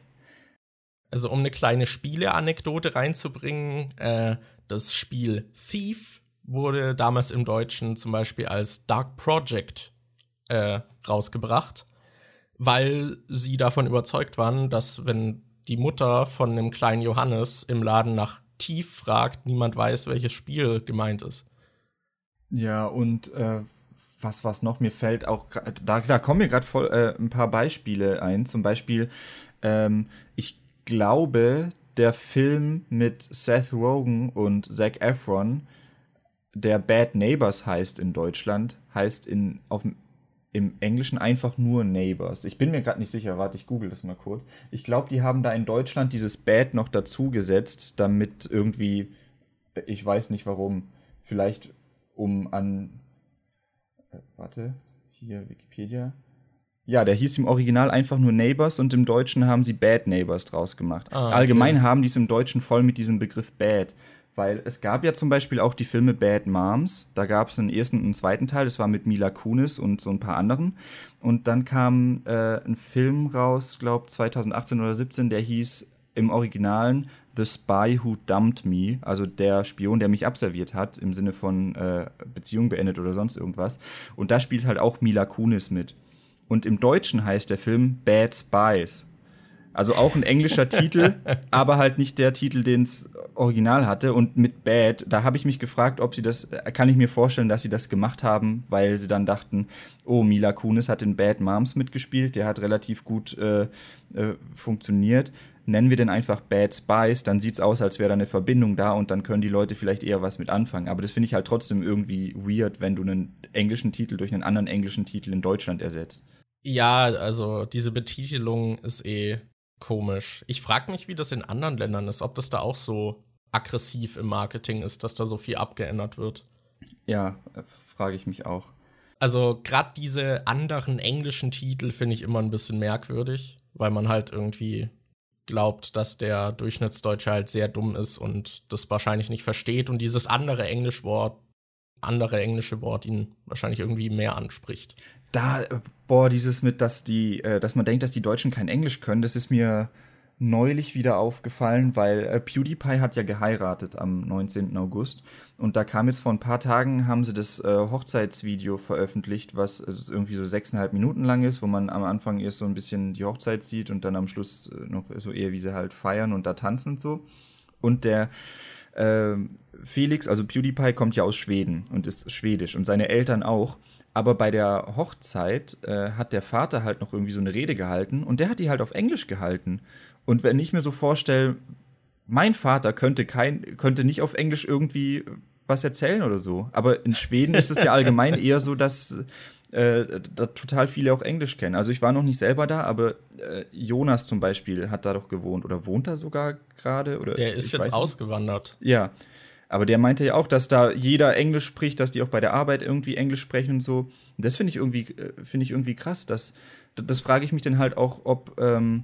Also, um eine kleine Spiele-Anekdote reinzubringen, äh, das Spiel Thief wurde damals im Deutschen zum Beispiel als Dark Project äh, rausgebracht, weil sie davon überzeugt waren, dass wenn die Mutter von einem kleinen Johannes im Laden nach Thief fragt, niemand weiß, welches Spiel gemeint ist. Ja, und äh, was was noch? Mir fällt auch, gra- da, da kommen mir gerade voll äh, ein paar Beispiele ein. Zum Beispiel, ähm, ich glaube, der Film mit Seth Rogen und Zac Efron, der Bad Neighbors heißt in Deutschland, heißt in, auf, dem- im Englischen einfach nur Neighbors. Ich bin mir gerade nicht sicher, warte, ich google das mal kurz. Ich glaube, die haben da in Deutschland dieses Bad noch dazu gesetzt, damit irgendwie, ich weiß nicht warum, vielleicht um an, äh, warte, hier Wikipedia. Ja, der hieß im Original einfach nur Neighbors und im Deutschen haben sie Bad Neighbors draus gemacht. Ah, okay. Allgemein haben die es im Deutschen voll mit diesem Begriff Bad. Weil es gab ja zum Beispiel auch die Filme Bad Moms. Da gab es einen ersten und einen zweiten Teil. Das war mit Mila Kunis und so ein paar anderen. Und dann kam äh, ein Film raus, glaube zwanzig achtzehn oder siebzehn, der hieß im Originalen The Spy Who Dumped Me. Also der Spion, der mich abserviert hat, im Sinne von äh, Beziehung beendet oder sonst irgendwas. Und da spielt halt auch Mila Kunis mit. Und im Deutschen heißt der Film Bad Spies. Also auch ein englischer Titel, aber halt nicht der Titel, den es original hatte. Und mit Bad, da habe ich mich gefragt, ob sie das, kann ich mir vorstellen, dass sie das gemacht haben, weil sie dann dachten, oh, Mila Kunis hat in Bad Moms mitgespielt, der hat relativ gut äh, äh, funktioniert. Nennen wir den einfach Bad Spies, dann sieht's aus, als wäre da eine Verbindung da und dann können die Leute vielleicht eher was mit anfangen. Aber das finde ich halt trotzdem irgendwie weird, wenn du einen englischen Titel durch einen anderen englischen Titel in Deutschland ersetzt. Ja, also diese Betitelung ist eh komisch. Ich frage mich, wie das in anderen Ländern ist, ob das da auch so aggressiv im Marketing ist, dass da so viel abgeändert wird. Ja, äh, frage ich mich auch. Also gerade diese anderen englischen Titel finde ich immer ein bisschen merkwürdig, weil man halt irgendwie glaubt, dass der Durchschnittsdeutsche halt sehr dumm ist und das wahrscheinlich nicht versteht und dieses andere Englischwort, andere englische Wort ihn wahrscheinlich irgendwie mehr anspricht. Da, äh, boah, dieses mit, dass die, äh, dass man denkt, dass die Deutschen kein Englisch können, das ist mir neulich wieder aufgefallen, weil äh, PewDiePie hat ja geheiratet am neunzehnten August und da kam jetzt vor ein paar Tagen, haben sie das äh, Hochzeitsvideo veröffentlicht, was äh, irgendwie so sechseinhalb Minuten lang ist, wo man am Anfang erst so ein bisschen die Hochzeit sieht und dann am Schluss äh, noch so eher, wie sie halt feiern und da tanzen und so. Und der äh, Felix, also PewDiePie, kommt ja aus Schweden und ist schwedisch und seine Eltern auch. Aber bei der Hochzeit äh, hat der Vater halt noch irgendwie so eine Rede gehalten und der hat die halt auf Englisch gehalten. Und wenn ich mir so vorstelle, mein Vater könnte kein, könnte nicht auf Englisch irgendwie was erzählen oder so. Aber in Schweden ist es ja allgemein eher so, dass äh, da total viele auch Englisch kennen. Also ich war noch nicht selber da, aber äh, Jonas zum Beispiel hat da doch gewohnt oder wohnt da sogar gerade. Der ist jetzt ausgewandert. Ja, aber der meinte ja auch, dass da jeder Englisch spricht, dass die auch bei der Arbeit irgendwie Englisch sprechen und so. Und das finde ich irgendwie, finde ich irgendwie krass. Dass, das frage ich mich dann halt auch, ob ähm,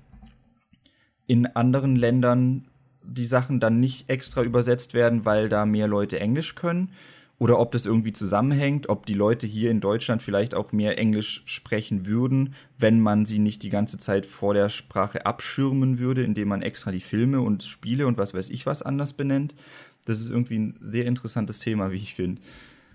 in anderen Ländern die Sachen dann nicht extra übersetzt werden, weil da mehr Leute Englisch können. Oder ob das irgendwie zusammenhängt, ob die Leute hier in Deutschland vielleicht auch mehr Englisch sprechen würden, wenn man sie nicht die ganze Zeit vor der Sprache abschirmen würde, indem man extra die Filme und Spiele und was weiß ich was anders benennt. Das ist irgendwie ein sehr interessantes Thema, wie ich finde.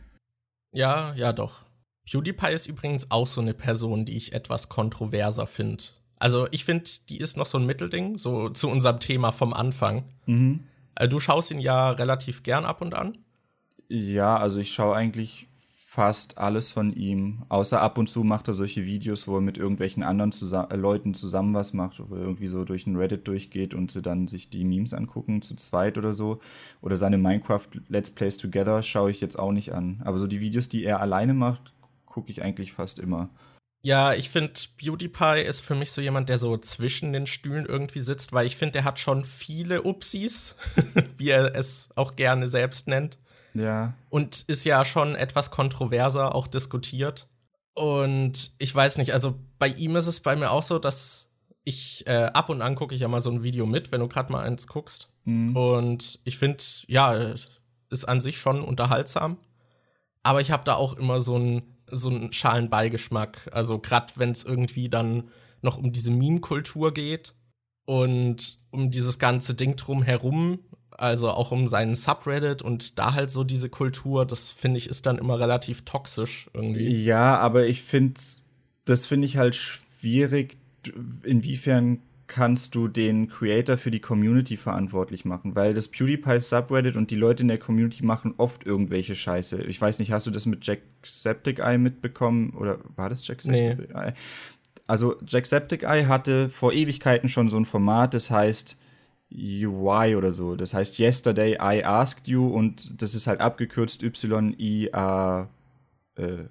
Ja, ja doch. PewDiePie ist übrigens auch so eine Person, die ich etwas kontroverser finde. Also ich finde, die ist noch so ein Mittelding, so zu unserem Thema vom Anfang. Mhm. Du schaust ihn ja relativ gern ab und an. Ja, also ich schaue eigentlich fast alles von ihm. Außer ab und zu macht er solche Videos, wo er mit irgendwelchen anderen zusa- äh, Leuten zusammen was macht, wo er irgendwie so durch ein Reddit durchgeht und sie dann sich die Memes angucken, zu zweit oder so. Oder seine Minecraft-Let's Plays Together schaue ich jetzt auch nicht an. Aber so die Videos, die er alleine macht, gucke ich eigentlich fast immer. Ja, ich finde, PewDiePie ist für mich so jemand, der so zwischen den Stühlen irgendwie sitzt, weil ich finde, der hat schon viele Upsis, wie er es auch gerne selbst nennt. Ja. Und ist ja schon etwas kontroverser auch diskutiert. Und ich weiß nicht, also bei ihm ist es bei mir auch so, dass ich äh, ab und an gucke ich ja mal so ein Video mit, wenn du gerade mal eins guckst. Mhm. Und ich finde, ja, ist an sich schon unterhaltsam. Aber ich habe da auch immer so einen so einen schalen Beigeschmack. Also gerade wenn es irgendwie dann noch um diese Meme-Kultur geht und um dieses ganze Ding drumherum, also auch um seinen Subreddit und da halt so diese Kultur, das finde ich ist dann immer relativ toxisch irgendwie. Ja, aber ich finde, das finde ich halt schwierig, inwiefern kannst du den Creator für die Community verantwortlich machen, weil das PewDiePie Subreddit und die Leute in der Community machen oft irgendwelche Scheiße. Ich weiß nicht, hast du das mit Jacksepticeye mitbekommen oder war das Jacksepticeye? Nee. Also Jacksepticeye hatte vor Ewigkeiten schon so ein Format, das heißt U Y oder so. Das heißt Yesterday I Asked You und das ist halt abgekürzt Y I A äh,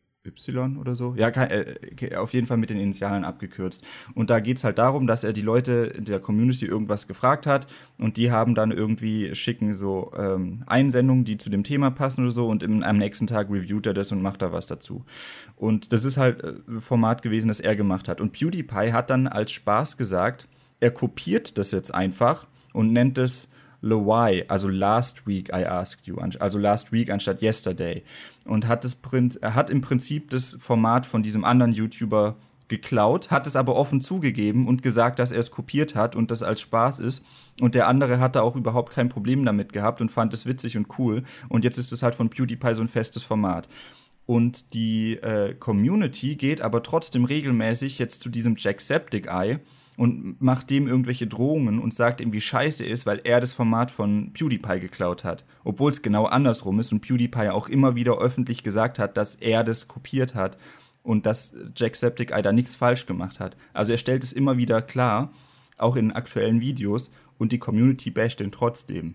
Y oder so. Ja, kein, äh, auf jeden Fall mit den Initialen abgekürzt. Und da geht's halt darum, dass er die Leute in der Community irgendwas gefragt hat und die haben dann irgendwie, schicken so ähm, Einsendungen, die zu dem Thema passen oder so und im, am nächsten Tag reviewt er das und macht da was dazu. Und das ist halt ein Format gewesen, das er gemacht hat. Und PewDiePie hat dann als Spaß gesagt, er kopiert das jetzt einfach und nennt es L Y, also Last Week I Asked You, also Last Week anstatt Yesterday. Und hat, das, er hat im Prinzip das Format von diesem anderen YouTuber geklaut, hat es aber offen zugegeben und gesagt, dass er es kopiert hat und das als Spaß ist. Und der andere hatte auch überhaupt kein Problem damit gehabt und fand es witzig und cool. Und jetzt ist es halt von PewDiePie so ein festes Format. Und die äh, Community geht aber trotzdem regelmäßig jetzt zu diesem Jacksepticeye und macht dem irgendwelche Drohungen und sagt ihm, wie scheiße er ist, weil er das Format von PewDiePie geklaut hat. Obwohl es genau andersrum ist und PewDiePie auch immer wieder öffentlich gesagt hat, dass er das kopiert hat und dass Jacksepticeye da nichts falsch gemacht hat. Also er stellt es immer wieder klar, auch in aktuellen Videos, und die Community basht ihn trotzdem.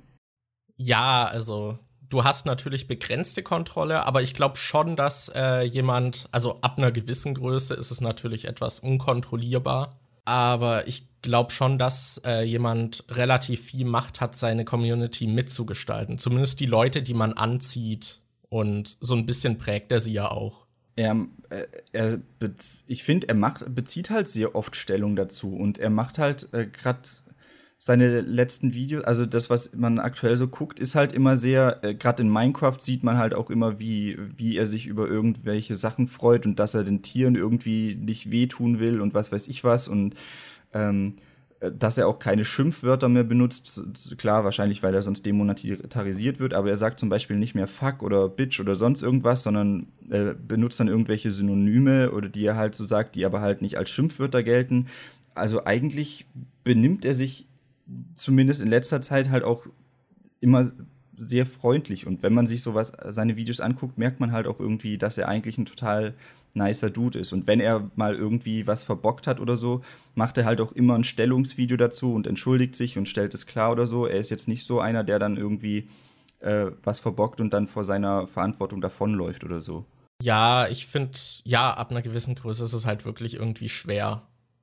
Ja, also du hast natürlich begrenzte Kontrolle, aber ich glaube schon, dass äh, jemand, also ab einer gewissen Größe ist es natürlich etwas unkontrollierbar. Aber ich glaube schon, dass äh, jemand relativ viel Macht hat, seine Community mitzugestalten. Zumindest die Leute, die man anzieht. Und so ein bisschen prägt er sie ja auch. Er, äh, er ich finde, er macht, bezieht halt sehr oft Stellung dazu. Und er macht halt äh, gerade seine letzten Videos, also das, was man aktuell so guckt, ist halt immer sehr, äh, gerade in Minecraft sieht man halt auch immer, wie, wie er sich über irgendwelche Sachen freut und dass er den Tieren irgendwie nicht wehtun will und was weiß ich was und ähm, dass er auch keine Schimpfwörter mehr benutzt. Klar, wahrscheinlich, weil er sonst demonetarisiert wird, aber er sagt zum Beispiel nicht mehr Fuck oder Bitch oder sonst irgendwas, sondern er benutzt dann irgendwelche Synonyme oder die er halt so sagt, die aber halt nicht als Schimpfwörter gelten. Also eigentlich benimmt er sich zumindest in letzter Zeit halt auch immer sehr freundlich. Und wenn man sich sowas, seine Videos anguckt, merkt man halt auch irgendwie, dass er eigentlich ein total nicer Dude ist. Und wenn er mal irgendwie was verbockt hat oder so, macht er halt auch immer ein Stellungsvideo dazu und entschuldigt sich und stellt es klar oder so. Er ist jetzt nicht so einer, der dann irgendwie äh, was verbockt und dann vor seiner Verantwortung davonläuft oder so. Ja, ich finde, ja, ab einer gewissen Größe ist es halt wirklich irgendwie schwer.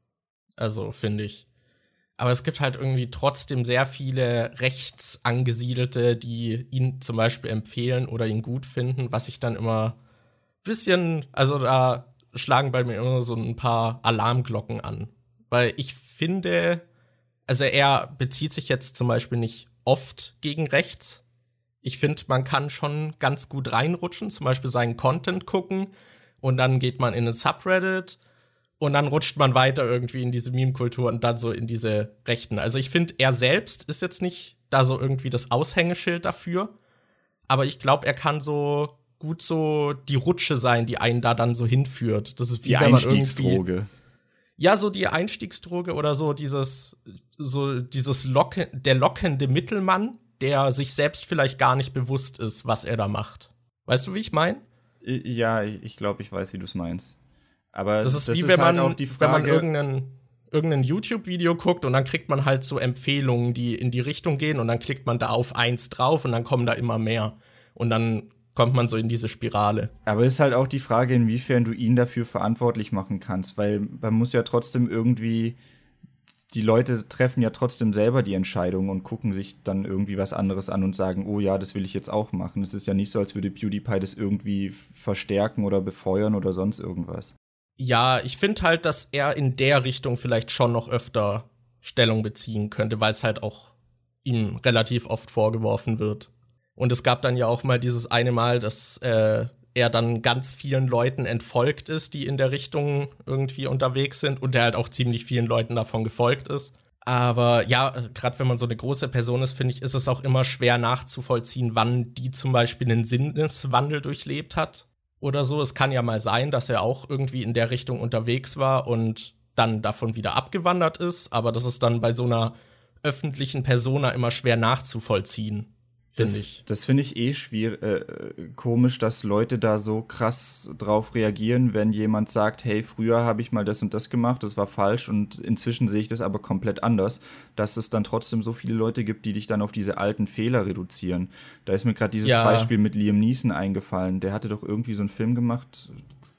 Also, finde ich. Aber es gibt halt irgendwie trotzdem sehr viele Rechtsangesiedelte, die ihn zum Beispiel empfehlen oder ihn gut finden, was ich dann immer ein bisschen, also da schlagen bei mir immer so ein paar Alarmglocken an. Weil ich finde, also er bezieht sich jetzt zum Beispiel nicht oft gegen rechts. Ich finde, man kann schon ganz gut reinrutschen, zum Beispiel seinen Content gucken und dann geht man in ein Subreddit und dann rutscht man weiter irgendwie in diese Meme-Kultur und dann so in diese Rechten. Also ich finde, er selbst ist jetzt nicht da so irgendwie das Aushängeschild dafür, aber ich glaube, er kann so gut so die Rutsche sein, die einen da dann so hinführt. Das ist wie die wenn man Einstiegsdroge. irgendwie ja, so die Einstiegsdroge oder so dieses so dieses Locke, der lockende Mittelmann, der sich selbst vielleicht gar nicht bewusst ist, was er da macht. Weißt du, wie ich meine? Ja, ich glaube, ich weiß, wie du es meinst. Aber das ist das wie ist wenn halt man, auch die Frage, wenn man irgendein, irgendein YouTube-Video guckt und dann kriegt man halt so Empfehlungen, die in die Richtung gehen und dann klickt man da auf eins drauf und dann kommen da immer mehr. Und dann kommt man so in diese Spirale. Aber es ist halt auch die Frage, inwiefern du ihn dafür verantwortlich machen kannst, weil man muss ja trotzdem irgendwie, die Leute treffen ja trotzdem selber die Entscheidung und gucken sich dann irgendwie was anderes an und sagen, oh ja, das will ich jetzt auch machen. Es ist ja nicht so, als würde PewDiePie das irgendwie verstärken oder befeuern oder sonst irgendwas. Ja, ich finde halt, dass er in der Richtung vielleicht schon noch öfter Stellung beziehen könnte, weil es halt auch ihm relativ oft vorgeworfen wird. Und es gab dann ja auch mal dieses eine Mal, dass äh, er dann ganz vielen Leuten entfolgt ist, die in der Richtung irgendwie unterwegs sind und er halt auch ziemlich vielen Leuten davon gefolgt ist. Aber ja, gerade wenn man so eine große Person ist, finde ich, ist es auch immer schwer nachzuvollziehen, wann die zum Beispiel einen Sinneswandel durchlebt hat oder so. Es kann ja mal sein, dass er auch irgendwie in der Richtung unterwegs war und dann davon wieder abgewandert ist, aber das ist dann bei so einer öffentlichen Persona immer schwer nachzuvollziehen. Das, ich. das finde ich eh schwierig, äh, komisch, dass Leute da so krass drauf reagieren, wenn jemand sagt, hey, früher habe ich mal das und das gemacht, das war falsch und inzwischen sehe ich das aber komplett anders, dass es dann trotzdem so viele Leute gibt, die dich dann auf diese alten Fehler reduzieren. Da ist mir gerade dieses ja. Beispiel mit Liam Neeson eingefallen. Der hatte doch irgendwie so einen Film gemacht,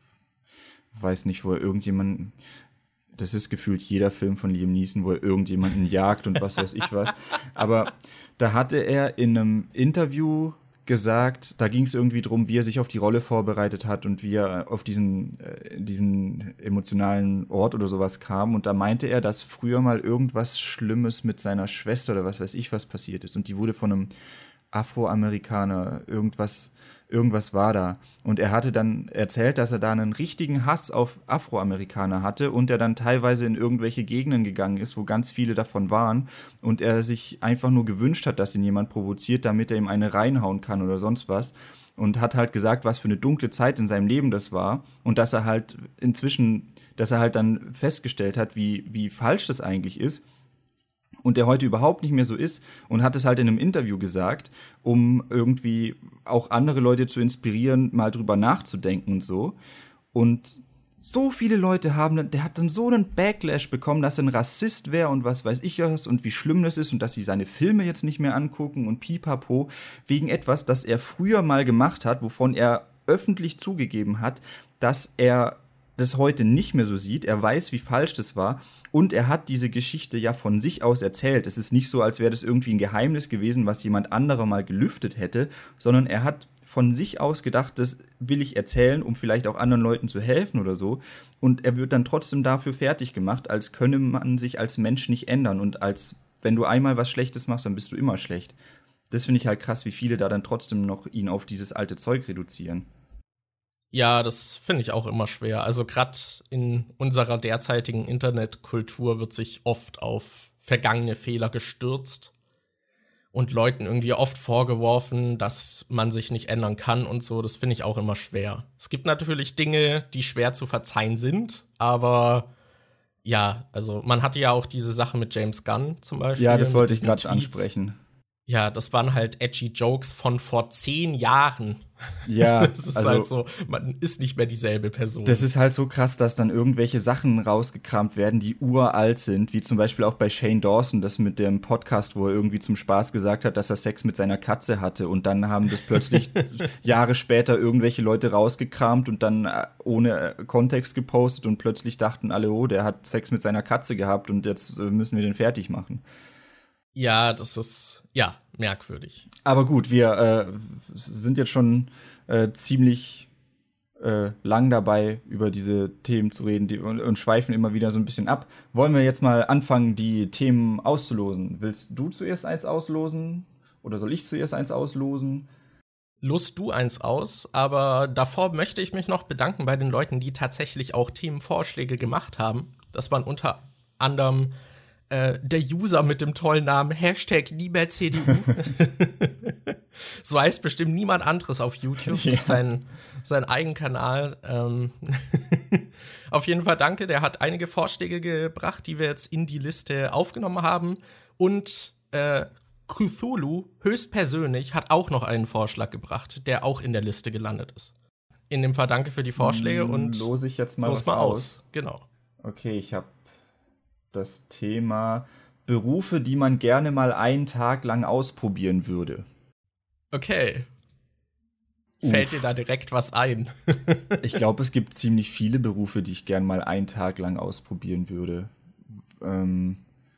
weiß nicht, wo er irgendjemanden, das ist gefühlt jeder Film von Liam Neeson, wo er irgendjemanden jagt und was weiß ich was. Aber da hatte er in einem Interview gesagt, da ging es irgendwie drum, wie er sich auf die Rolle vorbereitet hat und wie er auf diesen, äh, diesen emotionalen Ort oder sowas kam. Und da meinte er, dass früher mal irgendwas Schlimmes mit seiner Schwester oder was weiß ich was passiert ist. Und die wurde von einem Afroamerikaner, irgendwas, irgendwas war da. Und er hatte dann erzählt, dass er da einen richtigen Hass auf Afroamerikaner hatte und er dann teilweise in irgendwelche Gegenden gegangen ist, wo ganz viele davon waren und er sich einfach nur gewünscht hat, dass ihn jemand provoziert, damit er ihm eine reinhauen kann oder sonst was. Und hat halt gesagt, was für eine dunkle Zeit in seinem Leben das war und dass er halt inzwischen, dass er halt dann festgestellt hat, wie, wie falsch das eigentlich ist. Und der heute überhaupt nicht mehr so ist und hat es halt in einem Interview gesagt, um irgendwie auch andere Leute zu inspirieren, mal drüber nachzudenken und so. Und so viele Leute haben, der hat dann so einen Backlash bekommen, dass er ein Rassist wäre und was weiß ich was und wie schlimm das ist und dass sie seine Filme jetzt nicht mehr angucken und pipapo, wegen etwas, das er früher mal gemacht hat, wovon er öffentlich zugegeben hat, dass er das heute nicht mehr so sieht, er weiß, wie falsch das war und er hat diese Geschichte ja von sich aus erzählt. Es ist nicht so, als wäre das irgendwie ein Geheimnis gewesen, was jemand anderer mal gelüftet hätte, sondern er hat von sich aus gedacht, das will ich erzählen, um vielleicht auch anderen Leuten zu helfen oder so. Und er wird dann trotzdem dafür fertig gemacht, als könne man sich als Mensch nicht ändern und als, wenn du einmal was Schlechtes machst, dann bist du immer schlecht. Das finde ich halt krass, wie viele da dann trotzdem noch ihn auf dieses alte Zeug reduzieren. Ja, das finde ich auch immer schwer. Also gerade in unserer derzeitigen Internetkultur wird sich oft auf vergangene Fehler gestürzt und Leuten irgendwie oft vorgeworfen, dass man sich nicht ändern kann und so. Das finde ich auch immer schwer. Es gibt natürlich Dinge, die schwer zu verzeihen sind, aber ja, also man hatte ja auch diese Sache mit James Gunn zum Beispiel. Ja, das wollte ich gerade ansprechen. Ja, das waren halt edgy Jokes von vor zehn Jahren. Ja, das ist also, halt so, man ist nicht mehr dieselbe Person. Das ist halt so krass, dass dann irgendwelche Sachen rausgekramt werden, die uralt sind, wie zum Beispiel auch bei Shane Dawson, das mit dem Podcast, wo er irgendwie zum Spaß gesagt hat, dass er Sex mit seiner Katze hatte und dann haben das plötzlich Jahre später irgendwelche Leute rausgekramt und dann ohne Kontext gepostet und plötzlich dachten alle, oh, der hat Sex mit seiner Katze gehabt und jetzt müssen wir den fertig machen. Ja, das ist, ja, merkwürdig. Aber gut, wir äh, sind jetzt schon äh, ziemlich äh, lang dabei, über diese Themen zu reden die, und, und schweifen immer wieder so ein bisschen ab. Wollen wir jetzt mal anfangen, die Themen auszulosen? Willst du zuerst eins auslosen? Oder soll ich zuerst eins auslosen? Los du eins aus, aber davor möchte ich mich noch bedanken bei den Leuten, die tatsächlich auch Themenvorschläge gemacht haben. Das waren unter anderem der User mit dem tollen Namen Hashtag NiemehrCDU. So heißt bestimmt niemand anderes auf YouTube. Das ist sein, sein Eigenkanal. Ähm auf jeden Fall danke. Der hat einige Vorschläge gebracht, die wir jetzt in die Liste aufgenommen haben. Und äh, Cthulhu höchstpersönlich hat auch noch einen Vorschlag gebracht, der auch in der Liste gelandet ist. In dem Fall danke für die Vorschläge und lose ich jetzt mal los was mal aus. aus. Genau. Okay, ich habe das Thema Berufe, die man gerne mal einen Tag lang ausprobieren würde. Okay. Fällt Uff. dir da direkt was ein? Ich glaube, es gibt ziemlich viele Berufe, die ich gerne mal einen Tag lang ausprobieren würde. Ähm,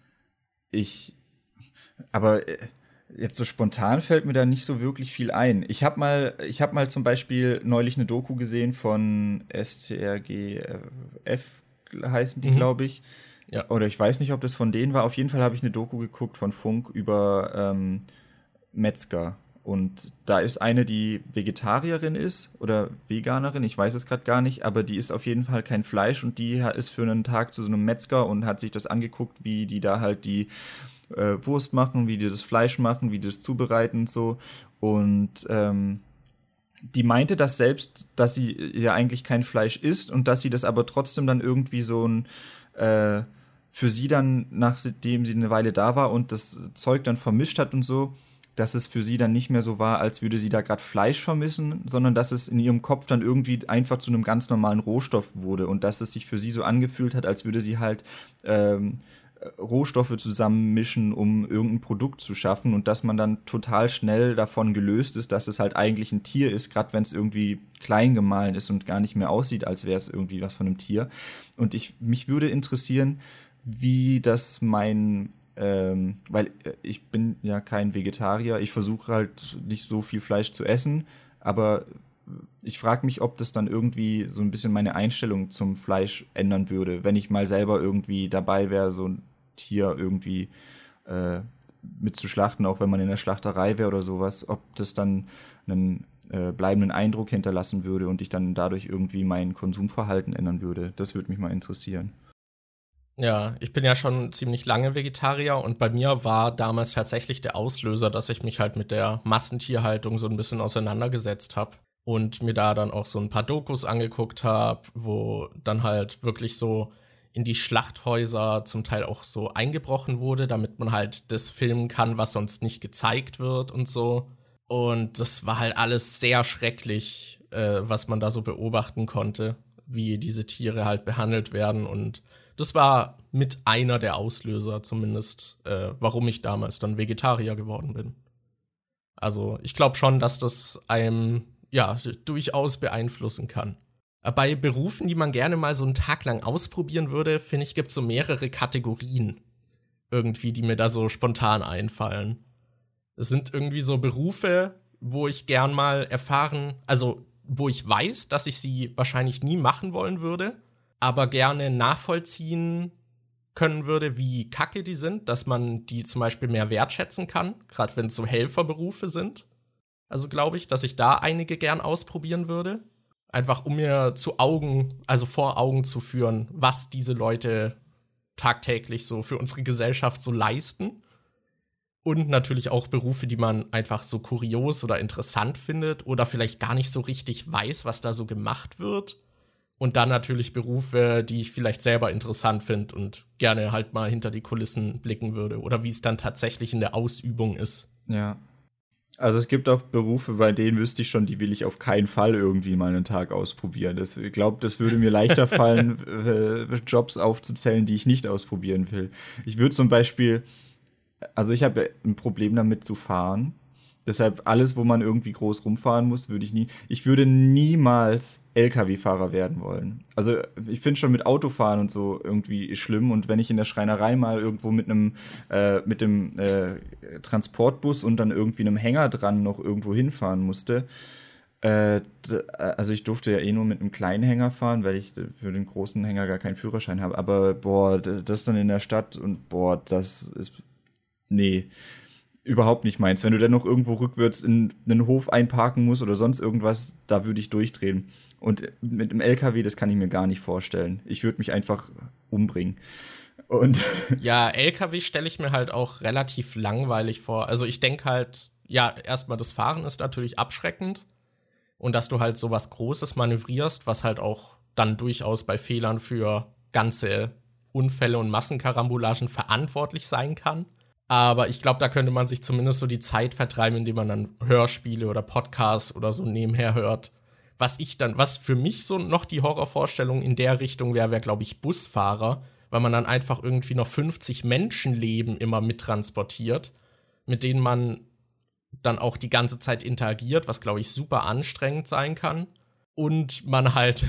ich, aber jetzt so spontan fällt mir da nicht so wirklich viel ein. Ich habe mal, ich habe mal zum Beispiel neulich eine Doku gesehen von S C R G F, heißen die, mhm. glaube ich. Ja. Oder ich weiß nicht, ob das von denen war. Auf jeden Fall habe ich eine Doku geguckt von Funk über ähm, Metzger. Und da ist eine, die Vegetarierin ist oder Veganerin, ich weiß es gerade gar nicht, aber die isst auf jeden Fall kein Fleisch und die ist für einen Tag zu so einem Metzger und hat sich das angeguckt, wie die da halt die äh, Wurst machen, wie die das Fleisch machen, wie die das zubereiten und so. Und ähm, die meinte das selbst, dass sie ja eigentlich kein Fleisch isst und dass sie das aber trotzdem dann irgendwie so ein äh, für sie dann, nachdem sie eine Weile da war und das Zeug dann vermischt hat und so, dass es für sie dann nicht mehr so war, als würde sie da gerade Fleisch vermissen, sondern dass es in ihrem Kopf dann irgendwie einfach zu einem ganz normalen Rohstoff wurde und dass es sich für sie so angefühlt hat, als würde sie halt ähm, Rohstoffe zusammenmischen, um irgendein Produkt zu schaffen und dass man dann total schnell davon gelöst ist, dass es halt eigentlich ein Tier ist, gerade wenn es irgendwie klein gemahlen ist und gar nicht mehr aussieht, als wäre es irgendwie was von einem Tier. Und ich mich würde interessieren, wie das mein Ähm, weil ich bin ja kein Vegetarier, ich versuche halt nicht so viel Fleisch zu essen, aber ich frage mich, ob das dann irgendwie so ein bisschen meine Einstellung zum Fleisch ändern würde, wenn ich mal selber irgendwie dabei wäre, so ein Tier irgendwie äh, mitzuschlachten, auch wenn man in der Schlachterei wäre oder sowas, ob das dann einen äh, bleibenden Eindruck hinterlassen würde und ich dann dadurch irgendwie mein Konsumverhalten ändern würde. Das würde mich mal interessieren. Ja, ich bin ja schon ziemlich lange Vegetarier und bei mir war damals tatsächlich der Auslöser, dass ich mich halt mit der Massentierhaltung so ein bisschen auseinandergesetzt habe und mir da dann auch so ein paar Dokus angeguckt habe, wo dann halt wirklich so in die Schlachthäuser zum Teil auch so eingebrochen wurde, damit man halt das filmen kann, was sonst nicht gezeigt wird und so. Und das war halt alles sehr schrecklich, äh, was man da so beobachten konnte, wie diese Tiere halt behandelt werden und das war mit einer der Auslöser zumindest, äh, warum ich damals dann Vegetarier geworden bin. Also ich glaube schon, dass das einem ja durchaus beeinflussen kann. Bei Berufen, die man gerne mal so einen Tag lang ausprobieren würde, finde ich, gibt es so mehrere Kategorien irgendwie, die mir da so spontan einfallen. Es sind irgendwie so Berufe, wo ich gern mal erfahren, also wo ich weiß, dass ich sie wahrscheinlich nie machen wollen würde, aber gerne nachvollziehen können würde, wie kacke die sind, dass man die zum Beispiel mehr wertschätzen kann, gerade wenn es so Helferberufe sind. Also glaube ich, dass ich da einige gern ausprobieren würde. Einfach um mir zu Augen, also vor Augen zu führen, was diese Leute tagtäglich so für unsere Gesellschaft so leisten. Und natürlich auch Berufe, die man einfach so kurios oder interessant findet oder vielleicht gar nicht so richtig weiß, was da so gemacht wird. Und dann natürlich Berufe, die ich vielleicht selber interessant finde und gerne halt mal hinter die Kulissen blicken würde. Oder wie es dann tatsächlich in der Ausübung ist. Ja. Also es gibt auch Berufe, bei denen wüsste ich schon, die will ich auf keinen Fall irgendwie mal einen Tag ausprobieren. Das, ich glaube, das würde mir leichter fallen, äh, Jobs aufzuzählen, die ich nicht ausprobieren will. Ich würde zum Beispiel, also ich habe ein Problem damit zu fahren. Deshalb alles, wo man irgendwie groß rumfahren muss, würde ich nie. Ich würde niemals L K W-Fahrer werden wollen. Also ich finde schon mit Autofahren und so irgendwie schlimm. Und wenn ich in der Schreinerei mal irgendwo mit einem äh, mit dem äh, Transportbus und dann irgendwie einem Hänger dran noch irgendwo hinfahren musste, äh, d- also ich durfte ja eh nur mit einem kleinen Hänger fahren, weil ich für den großen Hänger gar keinen Führerschein habe. Aber boah, d- das dann in der Stadt und boah, das ist nee. Überhaupt nicht meins. Wenn du dann noch irgendwo rückwärts in einen Hof einparken musst oder sonst irgendwas, da würde ich durchdrehen. Und mit dem L K W, das kann ich mir gar nicht vorstellen. Ich würde mich einfach umbringen. Und Ja, L K W stelle ich mir halt auch relativ langweilig vor. Also ich denke halt, ja, erstmal das Fahren ist natürlich abschreckend. Und dass du halt sowas Großes manövrierst, was halt auch dann durchaus bei Fehlern für ganze Unfälle und Massenkarambolagen verantwortlich sein kann. Aber ich glaube, da könnte man sich zumindest so die Zeit vertreiben, indem man dann Hörspiele oder Podcasts oder so nebenher hört. Was ich dann, was für mich so noch die Horrorvorstellung in der Richtung wäre, wäre, glaube ich, Busfahrer, weil man dann einfach irgendwie noch fünfzig Menschenleben immer mittransportiert, mit denen man dann auch die ganze Zeit interagiert, was, glaube ich, super anstrengend sein kann. Und man halt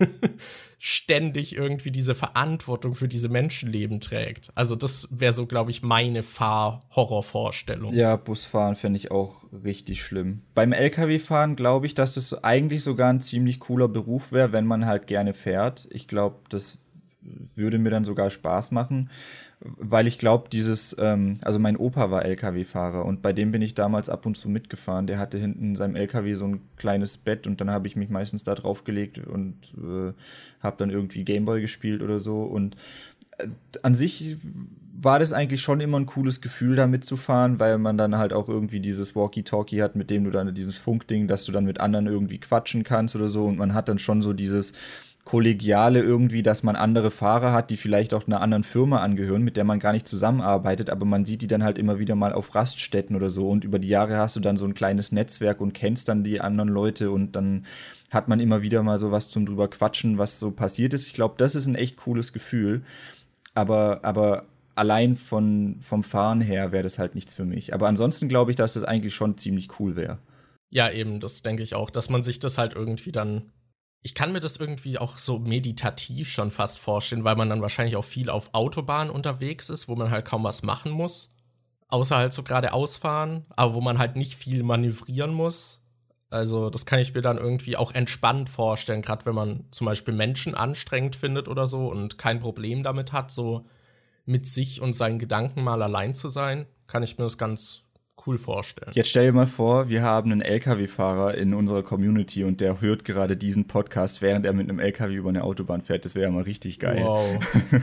ständig irgendwie diese Verantwortung für diese Menschenleben trägt. Also das wäre so, glaube ich, meine Fahr-Horrorvorstellung. ja, Busfahren fände ich auch richtig schlimm. Beim L K W-Fahren glaube ich, dass das eigentlich sogar ein ziemlich cooler Beruf wäre, wenn man halt gerne fährt. Ich glaube, das würde mir dann sogar Spaß machen, weil ich glaube, dieses, ähm, also mein Opa war L K W-Fahrer und bei dem bin ich damals ab und zu mitgefahren. Der hatte hinten in seinem L K W so ein kleines Bett und dann habe ich mich meistens da drauf gelegt und äh, habe dann irgendwie Gameboy gespielt oder so. Und äh, an sich war das eigentlich schon immer ein cooles Gefühl, da mitzufahren, weil man dann halt auch irgendwie dieses Walkie-Talkie hat, mit dem du dann dieses Funkding, dass du dann mit anderen irgendwie quatschen kannst oder so. Und man hat dann schon so dieses Kollegiale irgendwie, dass man andere Fahrer hat, die vielleicht auch einer anderen Firma angehören, mit der man gar nicht zusammenarbeitet, aber man sieht die dann halt immer wieder mal auf Raststätten oder so und über die Jahre hast du dann so ein kleines Netzwerk und kennst dann die anderen Leute und dann hat man immer wieder mal so was zum drüber quatschen, was so passiert ist. Ich glaube, das ist ein echt cooles Gefühl, aber, aber allein von, vom Fahren her wäre das halt nichts für mich. Aber ansonsten glaube ich, dass das eigentlich schon ziemlich cool wäre. Ja, eben, das denke ich auch, dass man sich das halt irgendwie dann ich kann mir das irgendwie auch so meditativ schon fast vorstellen, weil man dann wahrscheinlich auch viel auf Autobahnen unterwegs ist, wo man halt kaum was machen muss. Außer halt so geradeaus fahren, aber wo man halt nicht viel manövrieren muss. Also das kann ich mir dann irgendwie auch entspannt vorstellen, gerade wenn man zum Beispiel Menschen anstrengend findet oder so und kein Problem damit hat, so mit sich und seinen Gedanken mal allein zu sein, kann ich mir das ganz cool vorstellen. Jetzt stell dir mal vor, wir haben einen L K W-Fahrer in unserer Community und der hört gerade diesen Podcast, während er mit einem L K W über eine Autobahn fährt. Das wäre ja mal richtig geil. Wow.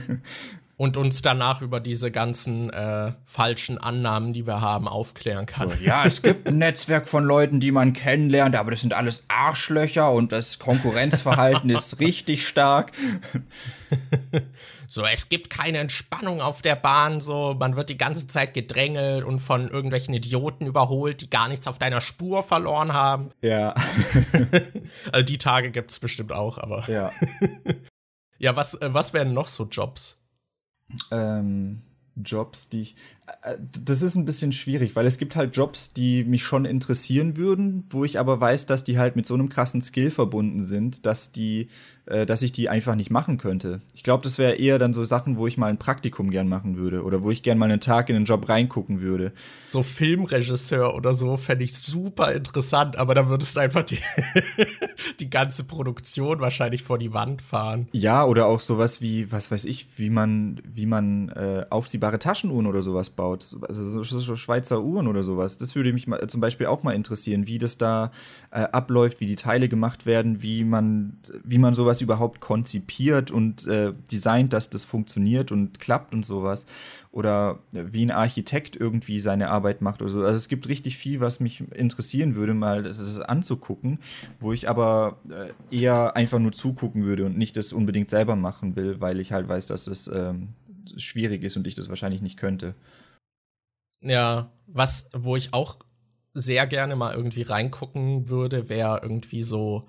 Und uns danach über diese ganzen äh, falschen Annahmen, die wir haben, aufklären kann. So, ja, es gibt ein Netzwerk von Leuten, die man kennenlernt, aber das sind alles Arschlöcher und das Konkurrenzverhalten ist richtig stark. So, es gibt keine Entspannung auf der Bahn, so, man wird die ganze Zeit gedrängelt und von irgendwelchen Idioten überholt, die gar nichts auf deiner Spur verloren haben. Ja. Also die Tage gibt's bestimmt auch, aber. Ja. Ja, was, äh, was wären noch so Jobs? Ähm, Jobs, die ich. Äh, das ist ein bisschen schwierig, weil es gibt halt Jobs, die mich schon interessieren würden, wo ich aber weiß, dass die halt mit so einem krassen Skill verbunden sind, dass die, äh, dass ich die einfach nicht machen könnte. Ich glaube, das wäre eher dann so Sachen, wo ich mal ein Praktikum gern machen würde oder wo ich gern mal einen Tag in den Job reingucken würde. So Filmregisseur oder so fände ich super interessant, aber da würdest du einfach die, die ganze Produktion wahrscheinlich vor die Wand fahren. Ja, oder auch sowas wie, was weiß ich, wie man, wie man äh, aufziehbare Taschenuhren oder sowas baut. Also so, so Schweizer Uhren oder sowas. Das würde mich mal, zum Beispiel auch mal interessieren, wie das da äh, abläuft, wie die Teile gemacht werden, wie man, wie man sowas überhaupt konzipiert und äh, designt, dass das funktioniert und klappt und sowas. Oder wie ein Architekt irgendwie seine Arbeit macht oder so. Also es gibt richtig viel, was mich interessieren würde, mal das, das anzugucken, wo ich aber äh, eher einfach nur zugucken würde und nicht das unbedingt selber machen will, weil ich halt weiß, dass es ähm, schwierig ist und ich das wahrscheinlich nicht könnte. Ja, Was, wo ich auch sehr gerne mal irgendwie reingucken würde, wäre irgendwie so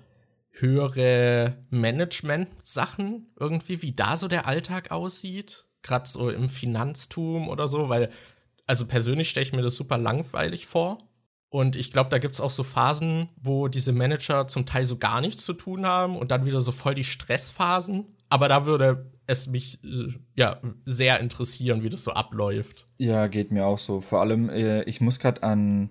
höhere Management-Sachen irgendwie, wie da so der Alltag aussieht. Gerade so im Finanztum oder so, weil, also persönlich stelle ich mir das super langweilig vor. Und ich glaube, da gibt es auch so Phasen, wo diese Manager zum Teil so gar nichts zu tun haben und dann wieder so voll die Stressphasen. Aber da würde es mich äh, ja sehr interessieren, wie das so abläuft. Ja, geht mir auch so. Vor allem, äh, ich muss gerade an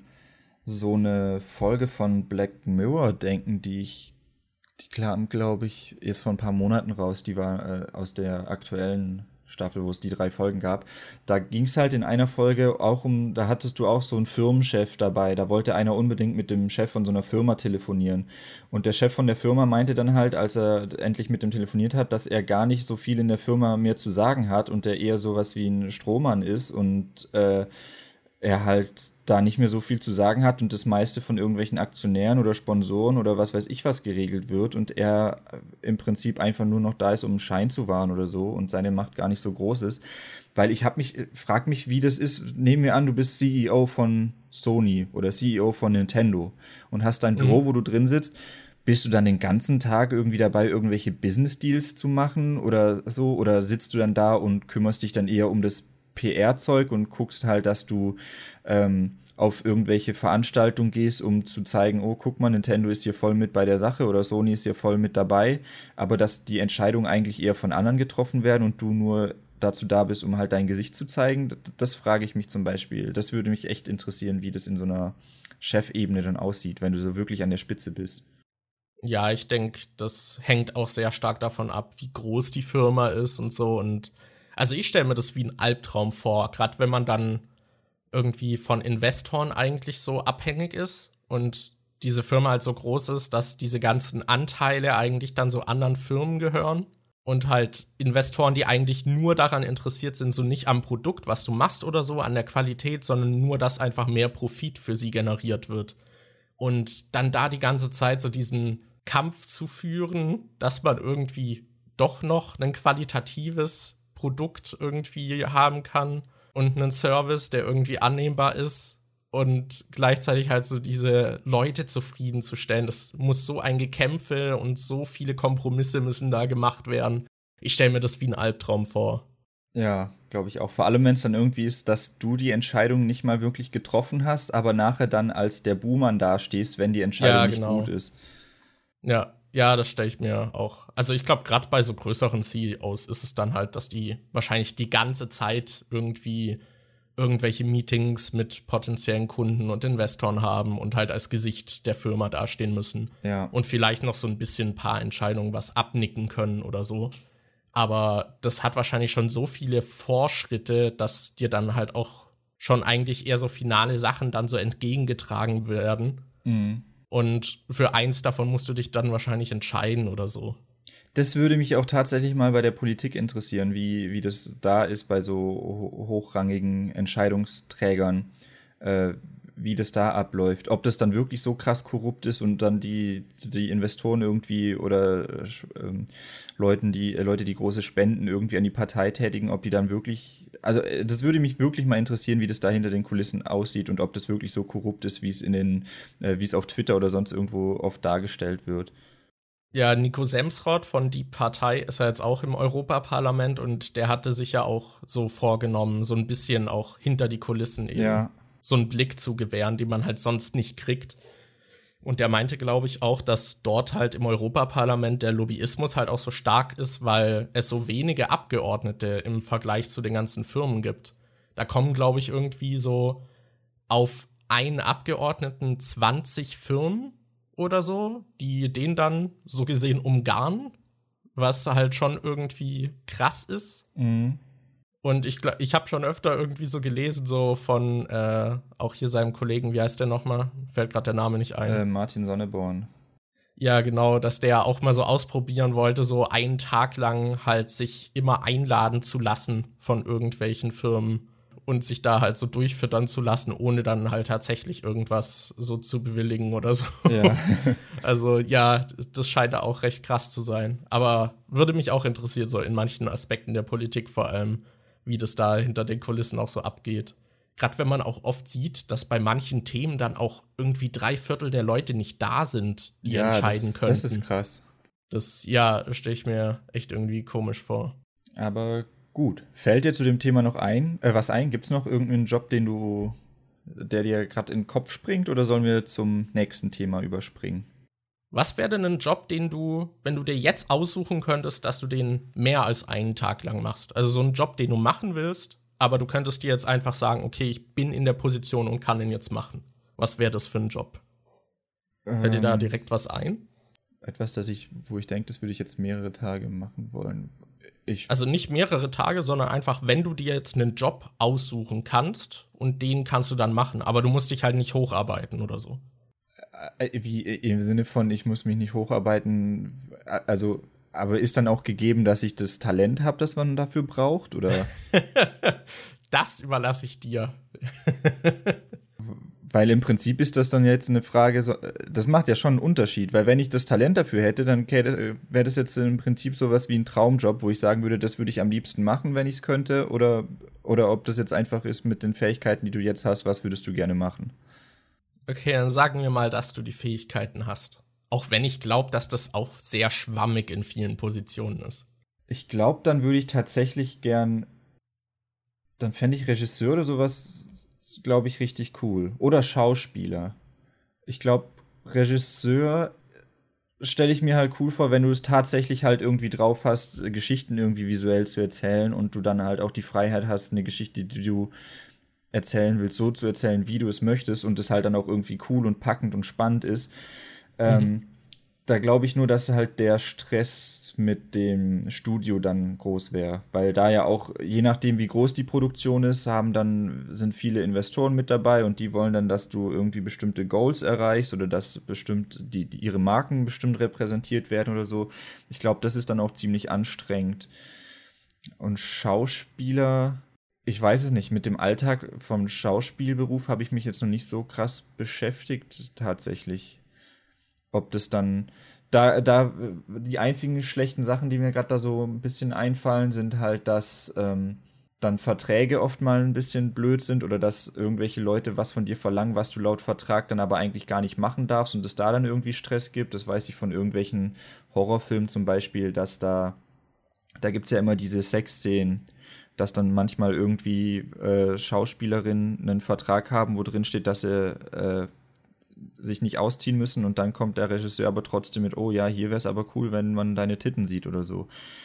so eine Folge von Black Mirror denken, die ich, die kam, glaube ich, erst vor ein paar Monaten raus. Die war äh, aus der aktuellen Staffel, wo es die drei Folgen gab. Da ging es halt in einer Folge auch um, da hattest du auch so einen Firmenchef dabei. Da wollte einer unbedingt mit dem Chef von so einer Firma telefonieren. Und der Chef von der Firma meinte dann halt, als er endlich mit dem telefoniert hat, dass er gar nicht so viel in der Firma mehr zu sagen hat und der eher sowas wie ein Strohmann ist und äh, er halt da nicht mehr so viel zu sagen hat und das meiste von irgendwelchen Aktionären oder Sponsoren oder was weiß ich was geregelt wird und er im Prinzip einfach nur noch da ist, um einen Schein zu wahren oder so und seine Macht gar nicht so groß ist. Weil ich hab mich, frag mich, wie das ist. Nehmen wir an, du bist C E O von Sony oder C E O von Nintendo und hast dein Büro, mhm. wo du drin sitzt. Bist du dann den ganzen Tag irgendwie dabei, irgendwelche Business-Deals zu machen oder so? Oder sitzt du dann da und kümmerst dich dann eher um das P R-Zeug und guckst halt, dass du ähm, auf irgendwelche Veranstaltungen gehst, um zu zeigen, oh, guck mal, Nintendo ist hier voll mit bei der Sache oder Sony ist hier voll mit dabei, aber dass die Entscheidungen eigentlich eher von anderen getroffen werden und du nur dazu da bist, um halt dein Gesicht zu zeigen, das, das frage ich mich zum Beispiel. Das würde mich echt interessieren, wie das in so einer Chefebene dann aussieht, wenn du so wirklich an der Spitze bist. Ja, ich denke, das hängt auch sehr stark davon ab, wie groß die Firma ist und so. Und also ich stelle mir das wie ein Albtraum vor, gerade wenn man dann irgendwie von Investoren eigentlich so abhängig ist und diese Firma halt so groß ist, dass diese ganzen Anteile eigentlich dann so anderen Firmen gehören und halt Investoren, die eigentlich nur daran interessiert sind, so nicht am Produkt, was du machst oder so, an der Qualität, sondern nur, dass einfach mehr Profit für sie generiert wird. Und dann da die ganze Zeit so diesen Kampf zu führen, dass man irgendwie doch noch ein qualitatives Produkt irgendwie haben kann und einen Service, der irgendwie annehmbar ist und gleichzeitig halt so diese Leute zufriedenzustellen. Das muss so ein Gekämpfe und so viele Kompromisse müssen da gemacht werden. Ich stelle mir das wie einen Albtraum vor. Ja, glaube ich auch. Vor allem, wenn es dann irgendwie ist, dass du die Entscheidung nicht mal wirklich getroffen hast, aber nachher dann als der Buhmann dastehst, wenn die Entscheidung ja, genau. nicht gut ist. Ja, ja, das stelle ich mir auch. Also ich glaube, gerade bei so größeren C E Os ist es dann halt, dass die wahrscheinlich die ganze Zeit irgendwie irgendwelche Meetings mit potenziellen Kunden und Investoren haben und halt als Gesicht der Firma dastehen müssen. Ja. Und vielleicht noch so ein bisschen ein paar Entscheidungen was abnicken können oder so. Aber das hat wahrscheinlich schon so viele Vorschritte, dass dir dann halt auch schon eigentlich eher so finale Sachen dann so entgegengetragen werden. Mhm. Und für eins davon musst du dich dann wahrscheinlich entscheiden oder so. Das würde mich auch tatsächlich mal bei der Politik interessieren, wie, wie das da ist bei so hochrangigen Entscheidungsträgern, äh, wie das da abläuft. Ob das dann wirklich so krass korrupt ist und dann die, die Investoren irgendwie oder äh, Leuten, die, äh, Leute, die große Spenden irgendwie an die Partei tätigen, ob die dann wirklich, also äh, das würde mich wirklich mal interessieren, wie das da hinter den Kulissen aussieht und ob das wirklich so korrupt ist, wie es in den, äh, wie es auf Twitter oder sonst irgendwo oft dargestellt wird. Ja, Nico Semsrott von Die Partei ist ja jetzt auch im Europaparlament und der hatte sich ja auch so vorgenommen, so ein bisschen auch hinter die Kulissen eben ja. so einen Blick zu gewähren, den man halt sonst nicht kriegt. Und der meinte, glaube ich, auch, dass dort halt im Europaparlament der Lobbyismus halt auch so stark ist, weil es so wenige Abgeordnete im Vergleich zu den ganzen Firmen gibt. Da kommen, glaube ich, irgendwie so auf einen Abgeordneten zwanzig Firmen oder so, die den dann so gesehen umgarnen, was halt schon irgendwie krass ist. Mhm. Und ich, ich habe schon öfter irgendwie so gelesen, so von äh, auch hier seinem Kollegen, wie heißt der nochmal? Fällt gerade der Name nicht ein. Äh, Martin Sonneborn. Ja, genau, dass der auch mal so ausprobieren wollte, so einen Tag lang halt sich immer einladen zu lassen von irgendwelchen Firmen und sich da halt so durchfüttern zu lassen, ohne dann halt tatsächlich irgendwas so zu bewilligen oder so. Ja. Also ja, das scheint da auch recht krass zu sein. Aber würde mich auch interessieren, so in manchen Aspekten der Politik vor allem, wie das da hinter den Kulissen auch so abgeht. gerade wenn man auch oft sieht, dass bei manchen Themen dann auch irgendwie drei Viertel der Leute nicht da sind, die ja, entscheiden das, können. Das ist krass. Das, ja, stelle ich mir echt irgendwie komisch vor. Aber gut. Fällt dir zu dem Thema noch ein, äh, was ein? Gibt es noch irgendeinen Job, den du, der dir gerade in den Kopf springt, oder sollen wir zum nächsten Thema überspringen? Was wäre denn ein Job, den du, wenn du dir jetzt aussuchen könntest, dass du den mehr als einen Tag lang machst? Also so ein Job, den du machen willst, aber du könntest dir jetzt einfach sagen, okay, ich bin in der Position und kann den jetzt machen. Was wäre das für ein Job? Ähm, Fällt dir da direkt was ein? Etwas, das ich, wo ich denke, das würde ich jetzt mehrere Tage machen wollen. Ich also nicht mehrere Tage, sondern einfach, wenn du dir jetzt einen Job aussuchen kannst und den kannst du dann machen, aber du musst dich halt nicht hocharbeiten oder so. Wie im Sinne von, ich muss mich nicht hocharbeiten, also, aber ist dann auch gegeben, dass ich das Talent habe, das man dafür braucht, oder? Das überlasse ich dir. Weil im Prinzip ist das dann jetzt eine Frage, so, das macht ja schon einen Unterschied, weil wenn ich das Talent dafür hätte, dann wäre das jetzt im Prinzip sowas wie ein Traumjob, wo ich sagen würde, das würde ich am liebsten machen, wenn ich es könnte, oder, oder ob das jetzt einfach ist mit den Fähigkeiten, die du jetzt hast, was würdest du gerne machen? Okay, dann sagen wir mal, dass du die Fähigkeiten hast. Auch wenn ich glaube, dass das auch sehr schwammig in vielen Positionen ist. Ich glaube, dann würde ich tatsächlich gern, dann fände ich Regisseur oder sowas, glaube ich, richtig cool. Oder Schauspieler. Ich glaube, Regisseur stelle ich mir halt cool vor, wenn du es tatsächlich halt irgendwie drauf hast, Geschichten irgendwie visuell zu erzählen und du dann halt auch die Freiheit hast, eine Geschichte, die du erzählen willst, so zu erzählen, wie du es möchtest und es halt dann auch irgendwie cool und packend und spannend ist. Mhm. Ähm, da glaube ich nur, dass halt der Stress mit dem Studio dann groß wäre, weil da ja auch, je nachdem wie groß die Produktion ist, haben dann, sind viele Investoren mit dabei und die wollen dann, dass du irgendwie bestimmte Goals erreichst oder dass bestimmt die, die ihre Marken bestimmt repräsentiert werden oder so. Ich glaube, das ist dann auch ziemlich anstrengend. Und Schauspieler, ich weiß es nicht, mit dem Alltag vom Schauspielberuf habe ich mich jetzt noch nicht so krass beschäftigt, tatsächlich. Ob das dann, da, da, die einzigen schlechten Sachen, die mir gerade da so ein bisschen einfallen, sind halt, dass ähm, dann Verträge oft mal ein bisschen blöd sind oder dass irgendwelche Leute was von dir verlangen, was du laut Vertrag dann aber eigentlich gar nicht machen darfst und es da dann irgendwie Stress gibt. Das weiß ich von irgendwelchen Horrorfilmen zum Beispiel, dass da, da gibt es ja immer diese Sexszenen, dass dann manchmal irgendwie äh, Schauspielerinnen einen Vertrag haben, wo drin steht, dass sie äh, sich nicht ausziehen müssen und dann kommt der Regisseur aber trotzdem mit, oh ja, hier wäre es aber cool, wenn man deine Titten sieht oder so.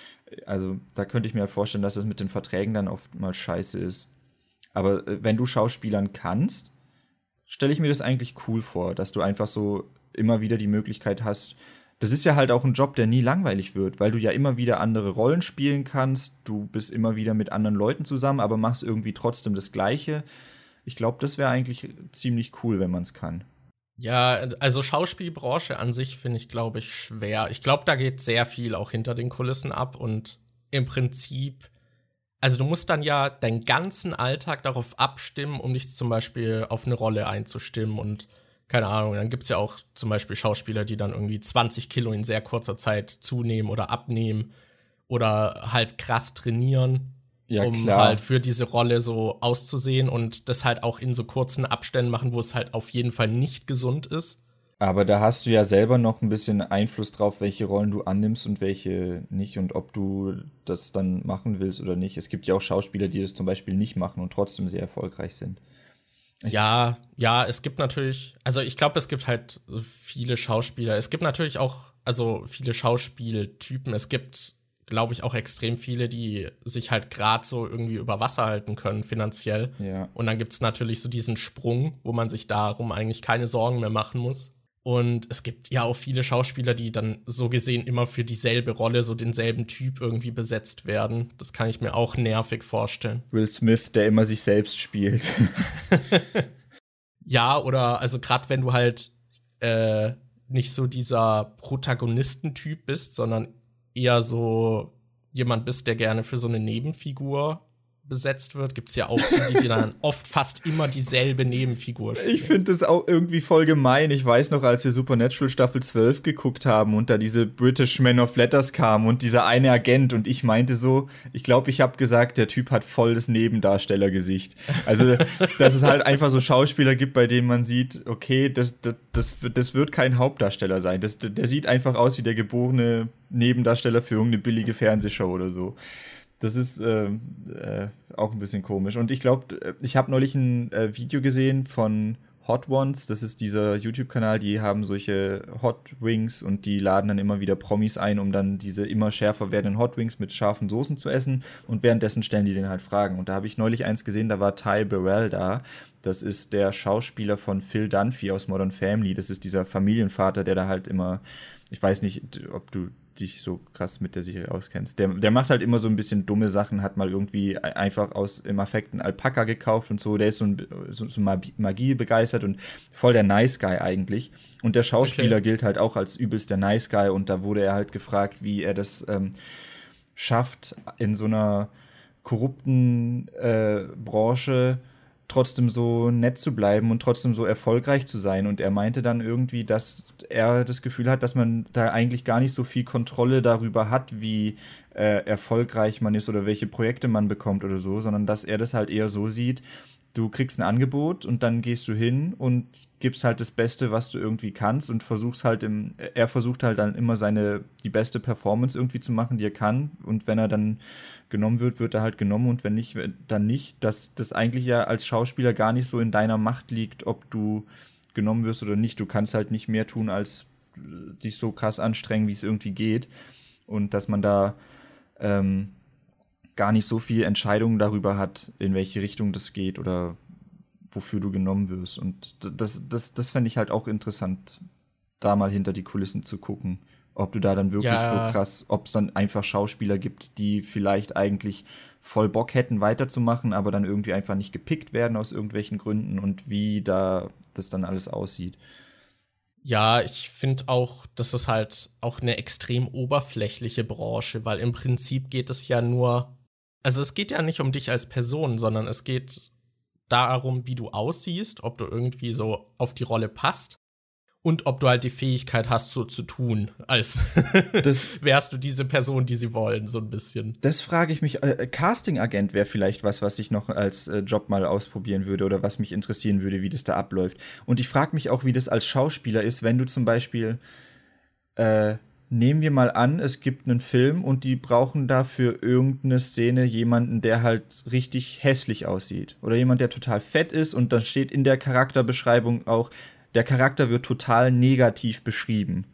Also da könnte ich mir vorstellen, dass das mit den Verträgen dann oft mal scheiße ist. Aber äh, wenn du Schauspielern kannst, stelle ich mir das eigentlich cool vor, dass du einfach so immer wieder die Möglichkeit hast. Das ist ja halt auch ein Job, der nie langweilig wird, weil du ja immer wieder andere Rollen spielen kannst, du bist immer wieder mit anderen Leuten zusammen, aber machst irgendwie trotzdem das Gleiche. Ich glaube, das wäre eigentlich ziemlich cool, wenn man es kann. Ja, also Schauspielbranche an sich finde ich, glaube ich, schwer. Ich glaube, da geht sehr viel auch hinter den Kulissen ab und im Prinzip, also du musst dann ja deinen ganzen Alltag darauf abstimmen, um dich zum Beispiel auf eine Rolle einzustimmen und keine Ahnung, dann gibt es ja auch zum Beispiel Schauspieler, die dann irgendwie zwanzig Kilo in sehr kurzer Zeit zunehmen oder abnehmen oder halt krass trainieren. Ja, um klar. Halt für diese Rolle so auszusehen und das halt auch in so kurzen Abständen machen, wo es halt auf jeden Fall nicht gesund ist. Aber da hast du ja selber noch ein bisschen Einfluss drauf, welche Rollen du annimmst und welche nicht und ob du das dann machen willst oder nicht. Es gibt ja auch Schauspieler, die das zum Beispiel nicht machen und trotzdem sehr erfolgreich sind. Ich ja, ja, es gibt natürlich, also ich glaube, es gibt halt viele Schauspieler. Es gibt natürlich auch, also viele Schauspieltypen. Es gibt glaube ich, auch extrem viele, die sich halt gerade so irgendwie über Wasser halten können, finanziell. Ja. Und dann gibt's natürlich so diesen Sprung, wo man sich darum eigentlich keine Sorgen mehr machen muss. Und es gibt ja auch viele Schauspieler, die dann so gesehen immer für dieselbe Rolle, so denselben Typ irgendwie besetzt werden. Das kann ich mir auch nervig vorstellen. Will Smith, der immer sich selbst spielt. Ja, oder also gerade wenn du halt äh, nicht so dieser Protagonistentyp bist, sondern eher so jemand bist, der gerne für so eine Nebenfigur besetzt wird, gibt's ja auch die, die dann oft fast immer dieselbe Nebenfigur spielen. Ich finde das auch irgendwie voll gemein. Ich weiß noch, als wir Supernatural Staffel zwölf geguckt haben und da diese British Men of Letters kam und dieser eine Agent und ich meinte so, ich glaube, ich habe gesagt, der Typ hat voll das Nebendarstellergesicht. Also, dass es halt einfach so Schauspieler gibt, bei denen man sieht, okay, das, das, das, das wird kein Hauptdarsteller sein. Das, der sieht einfach aus wie der geborene Nebendarsteller für irgendeine billige Fernsehshow oder so. Das ist äh, äh, auch ein bisschen komisch. Und ich glaube, ich habe neulich ein äh, Video gesehen von Hot Ones. Das ist dieser YouTube-Kanal, die haben solche Hot Wings und die laden dann immer wieder Promis ein, um dann diese immer schärfer werdenden Hot Wings mit scharfen Soßen zu essen. Und währenddessen stellen die den halt Fragen. Und da habe ich neulich eins gesehen, da war Ty Burrell da. Das ist der Schauspieler von Phil Dunphy aus Modern Family. Das ist dieser Familienvater, der da halt immer, ich weiß nicht, ob du dich so krass mit der Serie auskennst. Der, der macht halt immer so ein bisschen dumme Sachen, hat mal irgendwie einfach aus im Affekt einen Alpaka gekauft und so. Der ist so, ein, so, so Magie begeistert und voll der Nice Guy eigentlich. Und der Schauspieler okay. gilt halt auch als übelst der Nice Guy und da wurde er halt gefragt, wie er das ähm, schafft, in so einer korrupten äh, Branche trotzdem so nett zu bleiben und trotzdem so erfolgreich zu sein. Und er meinte dann irgendwie, dass er das Gefühl hat, dass man da eigentlich gar nicht so viel Kontrolle darüber hat, wie äh, erfolgreich man ist oder welche Projekte man bekommt oder so, sondern dass er das halt eher so sieht, du kriegst ein Angebot und dann gehst du hin und gibst halt das Beste, was du irgendwie kannst und versuchst halt im, er versucht halt dann immer seine, die beste Performance irgendwie zu machen, die er kann und wenn er dann genommen wird, wird er halt genommen und wenn nicht, dann nicht, dass das eigentlich ja als Schauspieler gar nicht so in deiner Macht liegt, ob du genommen wirst oder nicht. Du kannst halt nicht mehr tun, als dich so krass anstrengen, wie es irgendwie geht und dass man da ähm, gar nicht so viel Entscheidungen darüber hat, in welche Richtung das geht oder wofür du genommen wirst. Und das, das, das fände ich halt auch interessant, da mal hinter die Kulissen zu gucken, ob du da dann wirklich ja. so krass, ob es dann einfach Schauspieler gibt, die vielleicht eigentlich voll Bock hätten, weiterzumachen, aber dann irgendwie einfach nicht gepickt werden aus irgendwelchen Gründen und wie da das dann alles aussieht. Ja, ich finde auch, das ist halt auch eine extrem oberflächliche Branche, weil im Prinzip geht es ja nur Also es geht ja nicht um dich als Person, sondern es geht darum, wie du aussiehst, ob du irgendwie so auf die Rolle passt und ob du halt die Fähigkeit hast, so zu tun, als das, wärst du diese Person, die sie wollen, so ein bisschen. Das frage ich mich. Äh, Casting-Agent wäre vielleicht was, was ich noch als äh, Job mal ausprobieren würde oder was mich interessieren würde, wie das da abläuft. Und ich frage mich auch, wie das als Schauspieler ist, wenn du zum Beispiel äh, nehmen wir mal an, es gibt einen Film und die brauchen dafür irgendeine Szene jemanden, der halt richtig hässlich aussieht. Oder jemand, der total fett ist und dann steht in der Charakterbeschreibung auch, der Charakter wird total negativ beschrieben.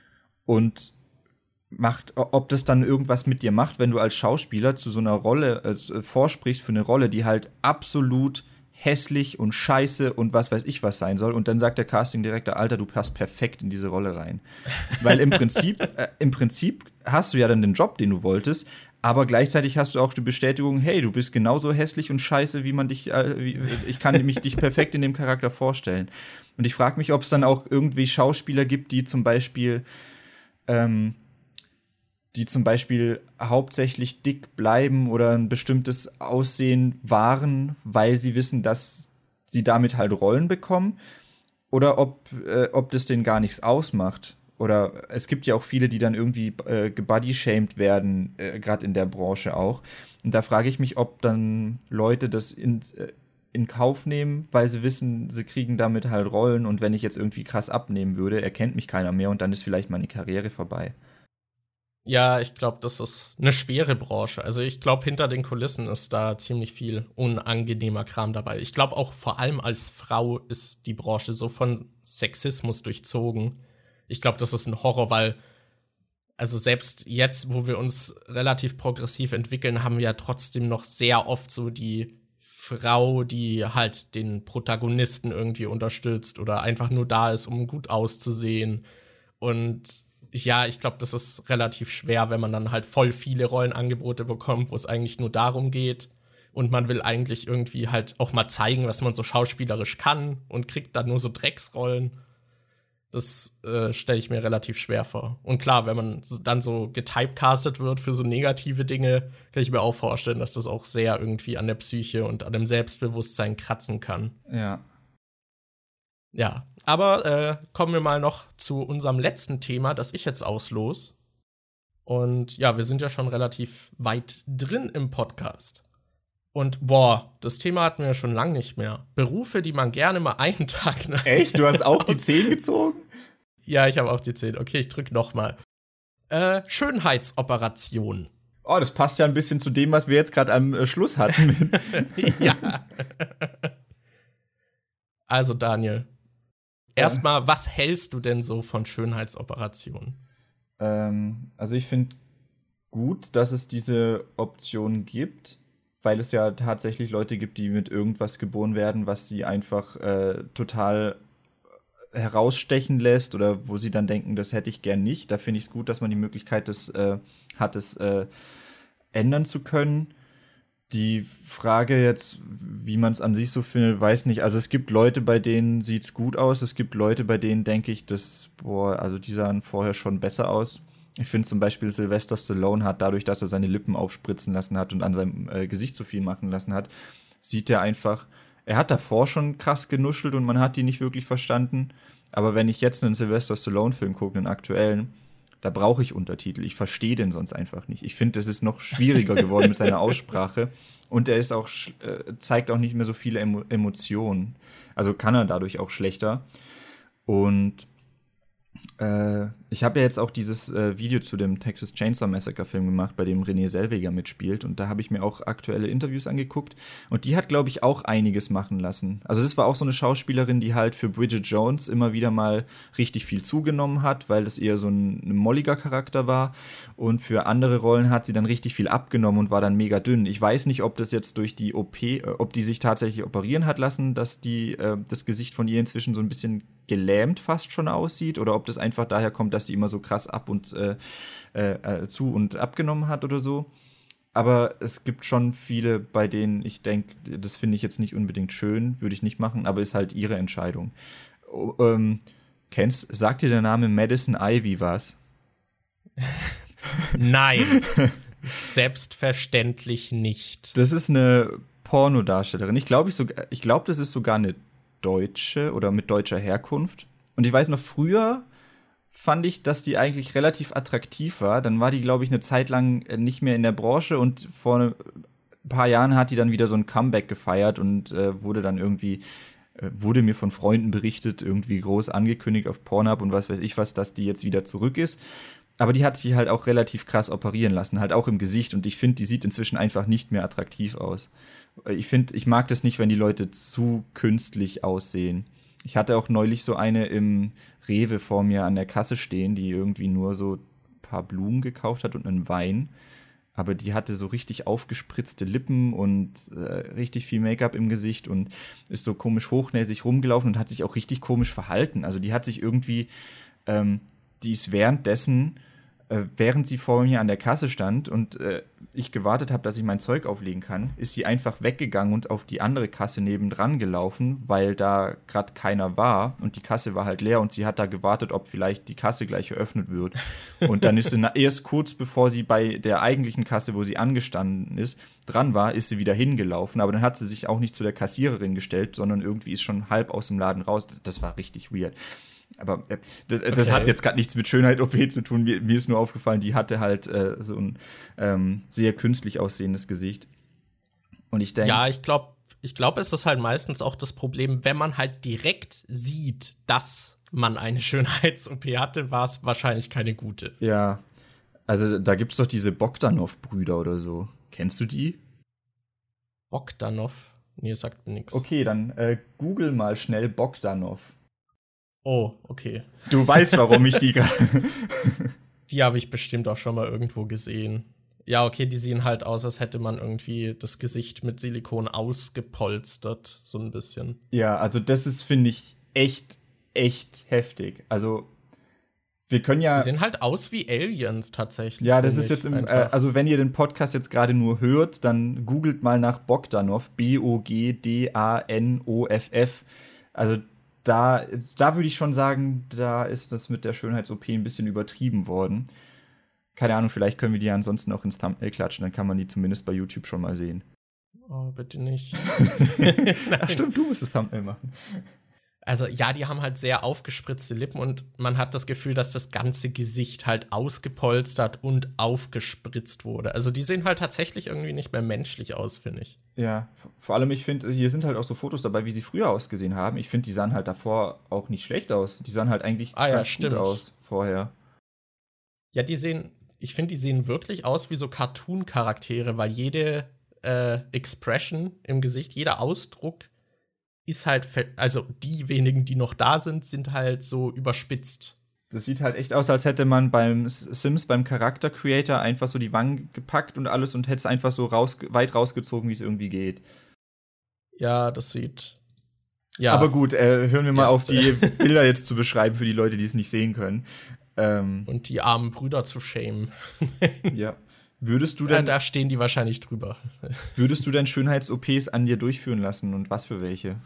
Und macht, ob das dann irgendwas mit dir macht, wenn du als Schauspieler zu so einer Rolle äh, vorsprichst für eine Rolle, die halt absolut hässlich und scheiße und was weiß ich was sein soll. Und dann sagt der Castingdirektor, Alter, du passt perfekt in diese Rolle rein. Weil im Prinzip, äh, im Prinzip hast du ja dann den Job, den du wolltest, aber gleichzeitig hast du auch die Bestätigung, hey, du bist genauso hässlich und scheiße, wie man dich, äh, wie, ich kann mich dich perfekt in dem Charakter vorstellen. Und ich frage mich, ob es dann auch irgendwie Schauspieler gibt, die zum Beispiel ähm, die zum Beispiel hauptsächlich dick bleiben oder ein bestimmtes Aussehen wahren, weil sie wissen, dass sie damit halt Rollen bekommen, oder ob, äh, ob das denen gar nichts ausmacht. Oder es gibt ja auch viele, die dann irgendwie äh, gebodyshamed werden, äh, gerade in der Branche auch. Und da frage ich mich, ob dann Leute das in, äh, in Kauf nehmen, weil sie wissen, sie kriegen damit halt Rollen und wenn ich jetzt irgendwie krass abnehmen würde, erkennt mich keiner mehr und dann ist vielleicht meine Karriere vorbei. Ja, ich glaube, das ist eine schwere Branche. Also ich glaube, hinter den Kulissen ist da ziemlich viel unangenehmer Kram dabei. Ich glaube auch vor allem als Frau ist die Branche so von Sexismus durchzogen. Ich glaube, das ist ein Horror, weil also selbst jetzt, wo wir uns relativ progressiv entwickeln, haben wir ja trotzdem noch sehr oft so die Frau, die halt den Protagonisten irgendwie unterstützt oder einfach nur da ist, um gut auszusehen. Und ja, ich glaube, das ist relativ schwer, wenn man dann halt voll viele Rollenangebote bekommt, wo es eigentlich nur darum geht. Und man will eigentlich irgendwie halt auch mal zeigen, was man so schauspielerisch kann und kriegt dann nur so Drecksrollen. Das äh, stelle ich mir relativ schwer vor. Und klar, wenn man dann so getypecastet wird für so negative Dinge, kann ich mir auch vorstellen, dass das auch sehr irgendwie an der Psyche und an dem Selbstbewusstsein kratzen kann. Ja. Ja, aber äh, kommen wir mal noch zu unserem letzten Thema, das ich jetzt auslos. Und ja, wir sind ja schon relativ weit drin im Podcast. Und boah, das Thema hatten wir ja schon lange nicht mehr. Berufe, die man gerne mal einen Tag nach. Echt? Du hast auch die zehn gezogen? Ja, ich habe auch die zehn. Okay, ich drück noch mal. Äh, Schönheitsoperation. Oh, das passt ja ein bisschen zu dem, was wir jetzt gerade am äh, Schluss hatten. Ja. Also, Daniel, erstmal, was hältst du denn so von Schönheitsoperationen? Ähm, also ich finde gut, dass es diese Option gibt, weil es ja tatsächlich Leute gibt, die mit irgendwas geboren werden, was sie einfach äh, total herausstechen lässt oder wo sie dann denken, das hätte ich gern nicht. Da finde ich es gut, dass man die Möglichkeit das, äh, hat, es äh, ändern zu können. Die Frage jetzt, wie man es an sich so findet, weiß nicht. Also es gibt Leute, bei denen sieht es gut aus. Es gibt Leute, bei denen denke ich, dass, boah, also die sahen vorher schon besser aus. Ich finde zum Beispiel, Sylvester Stallone hat dadurch, dass er seine Lippen aufspritzen lassen hat und an seinem äh, Gesicht so viel machen lassen hat, sieht er einfach, er hat davor schon krass genuschelt und man hat ihn nicht wirklich verstanden. Aber wenn ich jetzt einen Sylvester Stallone-Film gucke, einen aktuellen, da brauche ich Untertitel. Ich verstehe den sonst einfach nicht. Ich finde, es ist noch schwieriger geworden mit seiner Aussprache. Und er ist auch, äh, zeigt auch nicht mehr so viele Emo- Emotionen. Also kann er dadurch auch schlechter. Und Äh, ich habe ja jetzt auch dieses äh, Video zu dem Texas Chainsaw Massacre Film gemacht, bei dem Renée Zellweger mitspielt. Und da habe ich mir auch aktuelle Interviews angeguckt. Und die hat, glaube ich, auch einiges machen lassen. Also das war auch so eine Schauspielerin, die halt für Bridget Jones immer wieder mal richtig viel zugenommen hat, weil das eher so ein, ein molliger Charakter war. Und für andere Rollen hat sie dann richtig viel abgenommen und war dann mega dünn. Ich weiß nicht, ob das jetzt durch die O P, äh, ob die sich tatsächlich operieren hat lassen, dass die, äh, das Gesicht von ihr inzwischen so ein bisschen gelähmt fast schon aussieht oder ob das einfach daher kommt, dass die immer so krass ab und äh, äh, zu und abgenommen hat oder so. Aber es gibt schon viele, bei denen ich denke, das finde ich jetzt nicht unbedingt schön, würde ich nicht machen, aber ist halt ihre Entscheidung. Oh, ähm, kennst, sagt dir der Name Madison Ivy was? Nein, selbstverständlich nicht. Das ist eine Pornodarstellerin. Ich glaube, ich, sogar- ich glaub, das ist sogar eine Deutsche oder mit deutscher Herkunft. Und ich weiß noch, früher fand ich, dass die eigentlich relativ attraktiv war. Dann war die, glaube ich, eine Zeit lang nicht mehr in der Branche und vor ein paar Jahren hat die dann wieder so ein Comeback gefeiert und äh, wurde dann irgendwie, äh, wurde mir von Freunden berichtet, irgendwie groß angekündigt auf Pornhub und was weiß ich was, dass die jetzt wieder zurück ist. Aber die hat sich halt auch relativ krass operieren lassen, halt auch im Gesicht. Und ich finde, die sieht inzwischen einfach nicht mehr attraktiv aus. Ich finde, ich mag das nicht, wenn die Leute zu künstlich aussehen. Ich hatte auch neulich so eine im Rewe vor mir an der Kasse stehen, die irgendwie nur so ein paar Blumen gekauft hat und einen Wein. Aber die hatte so richtig aufgespritzte Lippen und äh, richtig viel Make-up im Gesicht und ist so komisch hochnäsig rumgelaufen und hat sich auch richtig komisch verhalten. Also die hat sich irgendwie, ähm, die ist währenddessen, äh, während sie vor mir an der Kasse stand und äh, ich gewartet habe, dass ich mein Zeug auflegen kann, ist sie einfach weggegangen und auf die andere Kasse nebendran gelaufen, weil da gerade keiner war und die Kasse war halt leer und sie hat da gewartet, ob vielleicht die Kasse gleich eröffnet wird. Und dann ist sie na- erst kurz bevor sie bei der eigentlichen Kasse, wo sie angestanden ist, dran war, ist sie wieder hingelaufen, aber dann hat sie sich auch nicht zu der Kassiererin gestellt, sondern irgendwie ist schon halb aus dem Laden raus. Das, das war richtig weird. Aber äh, das, das Okay. hat jetzt gerade nichts mit Schönheit-O P zu tun. Mir, mir ist nur aufgefallen, die hatte halt äh, so ein ähm, sehr künstlich aussehendes Gesicht. Und ich denke. Ja, ich glaube, ich glaube, es ist halt meistens auch das Problem, wenn man halt direkt sieht, dass man eine Schönheits-O P hatte, war es wahrscheinlich keine gute. Ja. Also da gibt's doch diese Bogdanov-Brüder oder so. Kennst du die? Bogdanov? Nee, sagt mir nichts. Okay, dann äh, google mal schnell Bogdanov. Oh, okay. Du weißt, warum ich die gerade. Die habe ich bestimmt auch schon mal irgendwo gesehen. Ja, okay, die sehen halt aus, als hätte man irgendwie das Gesicht mit Silikon ausgepolstert, so ein bisschen. Ja, also das ist, finde ich, echt, echt heftig. Also wir können ja. Die sehen halt aus wie Aliens tatsächlich. Ja, das find ist ich jetzt im, äh, einfach. also wenn ihr den Podcast jetzt gerade nur hört, dann googelt mal nach Bogdanov, B O G D A N O F F. Also da, da würde ich schon sagen, da ist das mit der Schönheits-O P ein bisschen übertrieben worden. Keine Ahnung, vielleicht können wir die ansonsten auch ins Thumbnail klatschen, dann kann man die zumindest bei YouTube schon mal sehen. Oh, bitte nicht. Ach stimmt, du musst das Thumbnail machen. Also ja, die haben halt sehr aufgespritzte Lippen und man hat das Gefühl, dass das ganze Gesicht halt ausgepolstert und aufgespritzt wurde. Also die sehen halt tatsächlich irgendwie nicht mehr menschlich aus, finde ich. Ja, vor allem ich finde, hier sind halt auch so Fotos dabei, wie sie früher ausgesehen haben. Ich finde, die sahen halt davor auch nicht schlecht aus. Die sahen halt eigentlich ah, ja, ganz stimmt. gut aus vorher. Ja, die sehen, ich finde, die sehen wirklich aus wie so Cartoon-Charaktere, weil jede äh, Expression im Gesicht, jeder Ausdruck ist halt, also die wenigen, die noch da sind, sind halt so überspitzt. Das sieht halt echt aus, als hätte man beim Sims, beim Charakter Creator einfach so die Wangen gepackt und alles und hätte es einfach so raus, weit rausgezogen, wie es irgendwie geht. Ja, das sieht. Ja. Aber gut, äh, hören wir mal ja. auf, die Bilder jetzt zu beschreiben für die Leute, die es nicht sehen können. Ähm, und die armen Brüder zu schämen. Ja. Würdest du denn. Ja, da stehen die wahrscheinlich drüber. Würdest du denn Schönheits-O Ps an dir durchführen lassen und was für welche?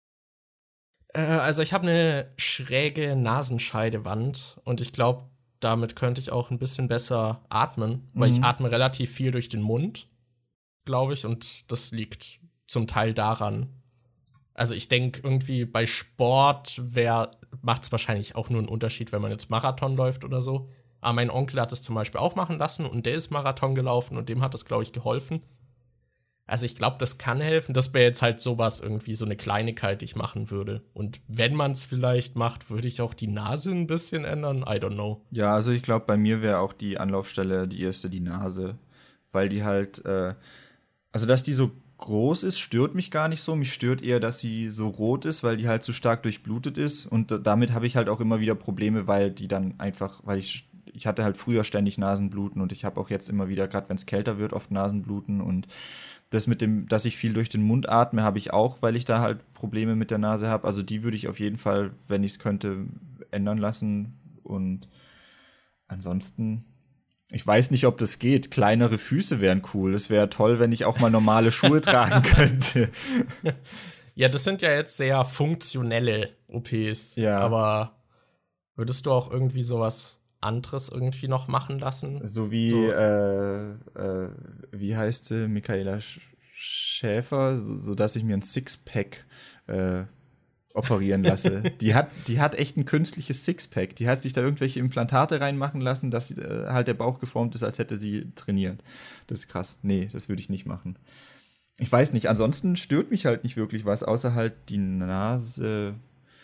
Also ich habe eine schräge Nasenscheidewand und ich glaube, damit könnte ich auch ein bisschen besser atmen, weil mhm. ich atme relativ viel durch den Mund, glaube ich, und das liegt zum Teil daran. Also ich denke irgendwie bei Sport macht es wahrscheinlich auch nur einen Unterschied, wenn man jetzt Marathon läuft oder so. Aber mein Onkel hat es zum Beispiel auch machen lassen und der ist Marathon gelaufen und dem hat das, glaube ich, geholfen. Also ich glaube, das kann helfen. Das wäre jetzt halt sowas irgendwie, so eine Kleinigkeit, die ich machen würde. Und wenn man es vielleicht macht, würde ich auch die Nase ein bisschen ändern. I don't know. Ja, also ich glaube, bei mir wäre auch die Anlaufstelle die erste die Nase. Weil die halt, äh, also dass die so groß ist, stört mich gar nicht so. Mich stört eher, dass sie so rot ist, weil die halt so stark durchblutet ist. Und damit habe ich halt auch immer wieder Probleme, weil die dann einfach, weil ich, ich hatte halt früher ständig Nasenbluten und ich habe auch jetzt immer wieder, gerade wenn es kälter wird, oft Nasenbluten und das mit dem, dass ich viel durch den Mund atme, habe ich auch, weil ich da halt Probleme mit der Nase habe. Also die würde ich auf jeden Fall, wenn ich es könnte, ändern lassen. Und ansonsten, ich weiß nicht, ob das geht. Kleinere Füße wären cool. Es wäre toll, wenn ich auch mal normale Schuhe tragen könnte. Ja, das sind ja jetzt sehr funktionelle O Ps. Ja. Aber würdest du auch irgendwie sowas anderes irgendwie noch machen lassen? So wie, so. Äh, äh, wie heißt sie? Michaela Schäfer, so, so dass ich mir ein Sixpack äh, operieren lasse. die hat, die hat echt ein künstliches Sixpack. Die hat sich da irgendwelche Implantate reinmachen lassen, dass äh, halt der Bauch geformt ist, als hätte sie trainiert. Das ist krass. Nee, das würde ich nicht machen. Ich weiß nicht, ansonsten stört mich halt nicht wirklich was, außer halt die Nase.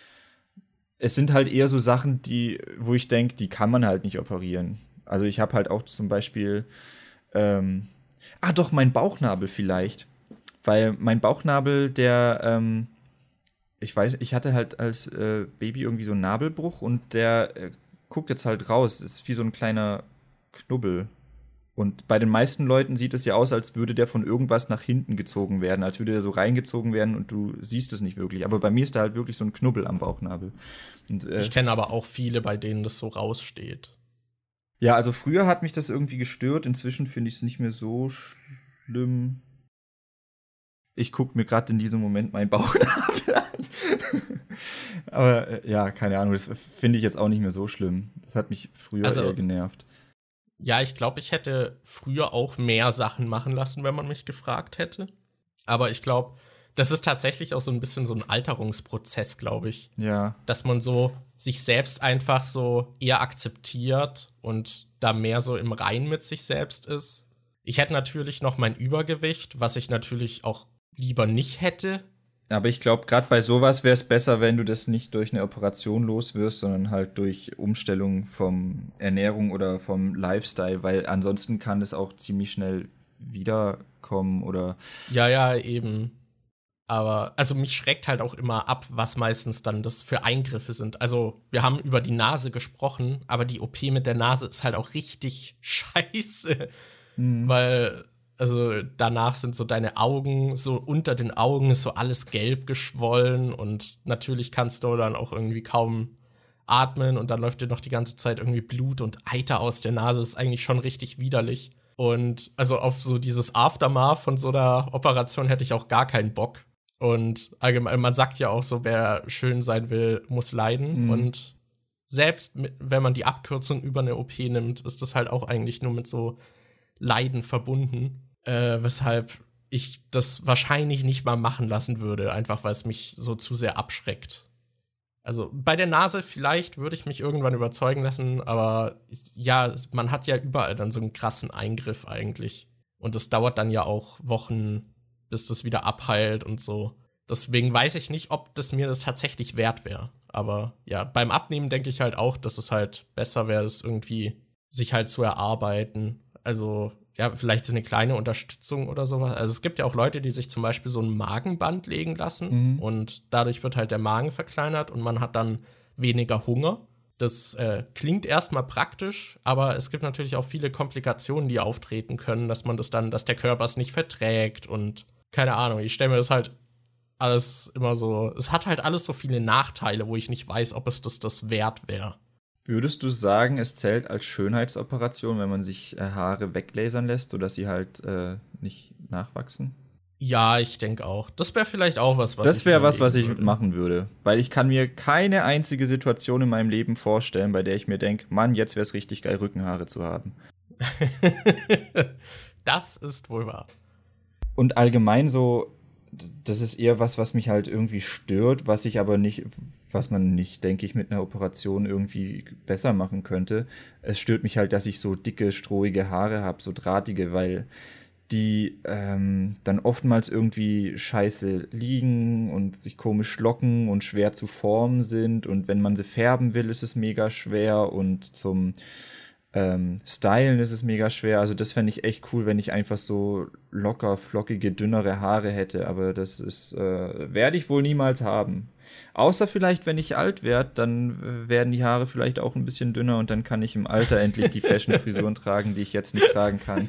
Es sind halt eher so Sachen, die, wo ich denke, die kann man halt nicht operieren. Also ich habe halt auch zum Beispiel, ähm, ah doch, mein Bauchnabel vielleicht. Weil mein Bauchnabel, der, ähm, ich weiß, ich hatte halt als äh, Baby irgendwie so einen Nabelbruch und der äh, guckt jetzt halt raus. Das ist wie so ein kleiner Knubbel. Und bei den meisten Leuten sieht es ja aus, als würde der von irgendwas nach hinten gezogen werden, als würde der so reingezogen werden und du siehst es nicht wirklich. Aber bei mir ist da halt wirklich so ein Knubbel am Bauchnabel. Und, äh, ich kenne aber auch viele, bei denen das so raussteht. Ja, also früher hat mich das irgendwie gestört, inzwischen finde ich es nicht mehr so schlimm. Ich gucke mir gerade in diesem Moment meinen Bauchnabel an. Aber äh, ja, keine Ahnung, das finde ich jetzt auch nicht mehr so schlimm. Das hat mich früher also, eher genervt. Ja, ich glaube, ich hätte früher auch mehr Sachen machen lassen, wenn man mich gefragt hätte. Aber ich glaube, das ist tatsächlich auch so ein bisschen so ein Alterungsprozess, glaube ich. Ja. Dass man so sich selbst einfach so eher akzeptiert und da mehr so im Reinen mit sich selbst ist. Ich hätte natürlich noch mein Übergewicht, was ich natürlich auch lieber nicht hätte. Aber ich glaube, gerade bei sowas wäre es besser, wenn du das nicht durch eine Operation los wirst, sondern halt durch Umstellung vom Ernährung oder vom Lifestyle, weil ansonsten kann es auch ziemlich schnell wiederkommen oder. Ja, ja, eben. Aber, also mich schreckt halt auch immer ab, was meistens dann das für Eingriffe sind. Also, wir haben über die Nase gesprochen, aber die O P mit der Nase ist halt auch richtig scheiße. Mhm. Weil, also danach sind so deine Augen, so unter den Augen ist so alles gelb geschwollen und natürlich kannst du dann auch irgendwie kaum atmen und dann läuft dir noch die ganze Zeit irgendwie Blut und Eiter aus der Nase. Das ist eigentlich schon richtig widerlich. Und also auf so dieses Aftermath von so einer Operation hätte ich auch gar keinen Bock. Und allgemein, man sagt ja auch so, wer schön sein will, muss leiden. Mhm. Und selbst mit, wenn man die Abkürzung über eine O P nimmt, ist das halt auch eigentlich nur mit so Leiden verbunden. Äh, weshalb ich das wahrscheinlich nicht mal machen lassen würde, einfach weil es mich so zu sehr abschreckt. Also bei der Nase vielleicht würde ich mich irgendwann überzeugen lassen, aber ja, man hat ja überall dann so einen krassen Eingriff eigentlich. Und das dauert dann ja auch Wochen, bis das wieder abheilt und so. Deswegen weiß ich nicht, ob das mir das tatsächlich wert wäre. Aber ja, beim Abnehmen denke ich halt auch, dass es halt besser wäre, es irgendwie sich halt zu erarbeiten. Also ja, vielleicht so eine kleine Unterstützung oder sowas. Also es gibt ja auch Leute, die sich zum Beispiel so ein Magenband legen lassen. Mhm. Und dadurch wird halt der Magen verkleinert und man hat dann weniger Hunger. Das äh, klingt erstmal praktisch, aber es gibt natürlich auch viele Komplikationen, die auftreten können, dass man das dann, dass der Körper es nicht verträgt und keine Ahnung. Ich stelle mir das halt alles immer so, es hat halt alles so viele Nachteile, wo ich nicht weiß, ob es das das wert wäre. Würdest du sagen, es zählt als Schönheitsoperation, wenn man sich äh, Haare weglasern lässt, sodass sie halt äh, nicht nachwachsen? Ja, ich denke auch. Das wäre vielleicht auch was, was Das wäre was, was ich würde. machen würde. Weil ich kann mir keine einzige Situation in meinem Leben vorstellen, bei der ich mir denke, Mann, jetzt wäre es richtig geil, Rückenhaare zu haben. Das ist wohl wahr. Und allgemein so, das ist eher was, was mich halt irgendwie stört, was ich aber nicht, was man nicht, denke ich, mit einer Operation irgendwie besser machen könnte. Es stört mich halt, dass ich so dicke, strohige Haare habe, so drahtige, weil die ähm, dann oftmals irgendwie scheiße liegen und sich komisch locken und schwer zu formen sind. Und wenn man sie färben will, ist es mega schwer. Und zum ähm, Stylen ist es mega schwer. Also das fände ich echt cool, wenn ich einfach so locker, flockige, dünnere Haare hätte. Aber das ist äh, werde ich wohl niemals haben. Außer vielleicht, wenn ich alt werde, dann äh, werden die Haare vielleicht auch ein bisschen dünner und dann kann ich im Alter endlich die Fashion-Frisuren tragen, die ich jetzt nicht tragen kann.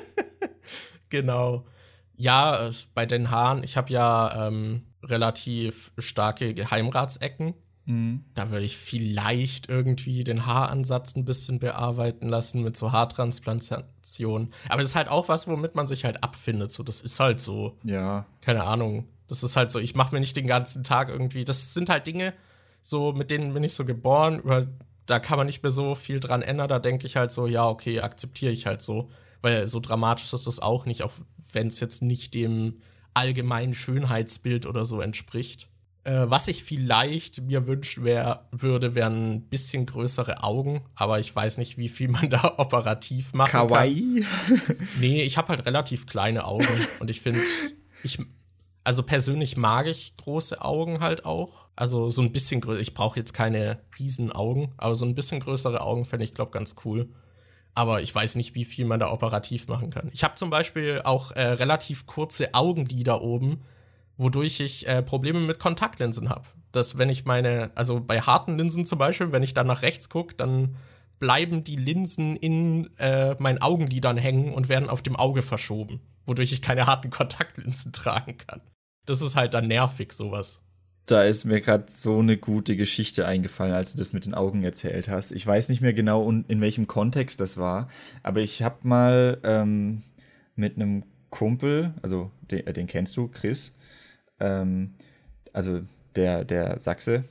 Genau. Ja, bei den Haaren, ich habe ja ähm, relativ starke Geheimratsecken. Mhm. Da würde ich vielleicht irgendwie den Haaransatz ein bisschen bearbeiten lassen mit so Haartransplantation. Aber das ist halt auch was, womit man sich halt abfindet. So, das ist halt so. Ja. Keine Ahnung. Das ist halt so, ich mache mir nicht den ganzen Tag irgendwie. Das sind halt Dinge, so mit denen bin ich so geboren. Über, da kann man nicht mehr so viel dran ändern. Da denke ich halt so, ja, okay, akzeptiere ich halt so. Weil so dramatisch ist das auch nicht, auch wenn es jetzt nicht dem allgemeinen Schönheitsbild oder so entspricht. Äh, was ich vielleicht mir wünschen wär, würde, wären ein bisschen größere Augen. Aber ich weiß nicht, wie viel man da operativ machen Kawaii? kann. Nee, ich habe halt relativ kleine Augen. Und ich finde, ich, also persönlich mag ich große Augen halt auch. Also so ein bisschen größer. Ich brauche jetzt keine riesen Augen, aber so ein bisschen größere Augen fände ich, glaube ich, ganz cool. Aber ich weiß nicht, wie viel man da operativ machen kann. Ich habe zum Beispiel auch äh, relativ kurze Augenlider oben, wodurch ich äh, Probleme mit Kontaktlinsen habe. Dass wenn ich meine, also bei harten Linsen zum Beispiel, wenn ich dann nach rechts gucke, dann bleiben die Linsen in äh, meinen Augenlidern hängen und werden auf dem Auge verschoben, wodurch ich keine harten Kontaktlinsen tragen kann. Das ist halt dann nervig, sowas. Da ist mir gerade so eine gute Geschichte eingefallen, als du das mit den Augen erzählt hast. Ich weiß nicht mehr genau, in welchem Kontext das war, aber ich habe mal ähm, mit einem Kumpel, also den, den kennst du, Chris, ähm, also der, der Sachse,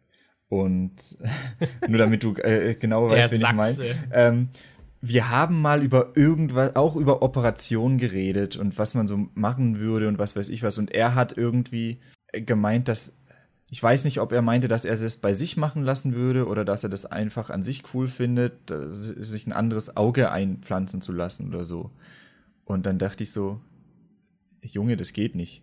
und nur damit du äh, genau weißt, wen ich meine. Ähm, wir haben mal über irgendwas, auch über Operationen geredet und was man so machen würde und was weiß ich was. Und er hat irgendwie gemeint, dass ich weiß nicht, ob er meinte, dass er es bei sich machen lassen würde oder dass er das einfach an sich cool findet, sich ein anderes Auge einpflanzen zu lassen oder so. Und dann dachte ich so, Junge, das geht nicht.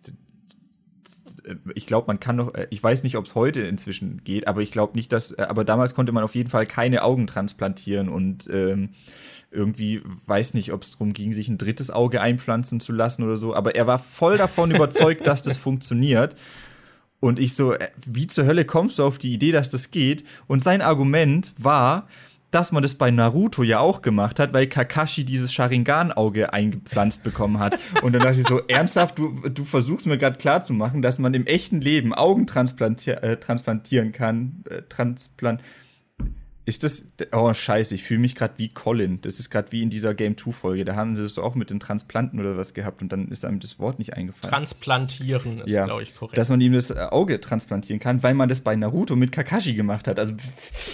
Ich glaube, man kann noch, ich weiß nicht, ob es heute inzwischen geht, aber ich glaube nicht, dass, aber damals konnte man auf jeden Fall keine Augen transplantieren und ähm, irgendwie weiß nicht, ob es darum ging, sich ein drittes Auge einpflanzen zu lassen oder so, aber er war voll davon überzeugt, dass das funktioniert. Und ich so, wie zur Hölle kommst du auf die Idee, dass das geht? Und sein Argument war, dass man das bei Naruto ja auch gemacht hat, weil Kakashi dieses Sharingan-Auge eingepflanzt bekommen hat. Und dann dachte ich so, ernsthaft, du, du versuchst mir gerade klarzumachen, dass man im echten Leben Augen transplantier, äh, transplantieren kann. Äh, transplant Ist das, oh scheiße, ich fühle mich gerade wie Colin. Das ist gerade wie in dieser Game zwei Folge. Da haben sie das auch mit den Transplanten oder was gehabt und dann ist einem das Wort nicht eingefallen. Transplantieren ist, ja, glaube ich, korrekt. Dass man ihm das Auge transplantieren kann, weil man das bei Naruto mit Kakashi gemacht hat. Also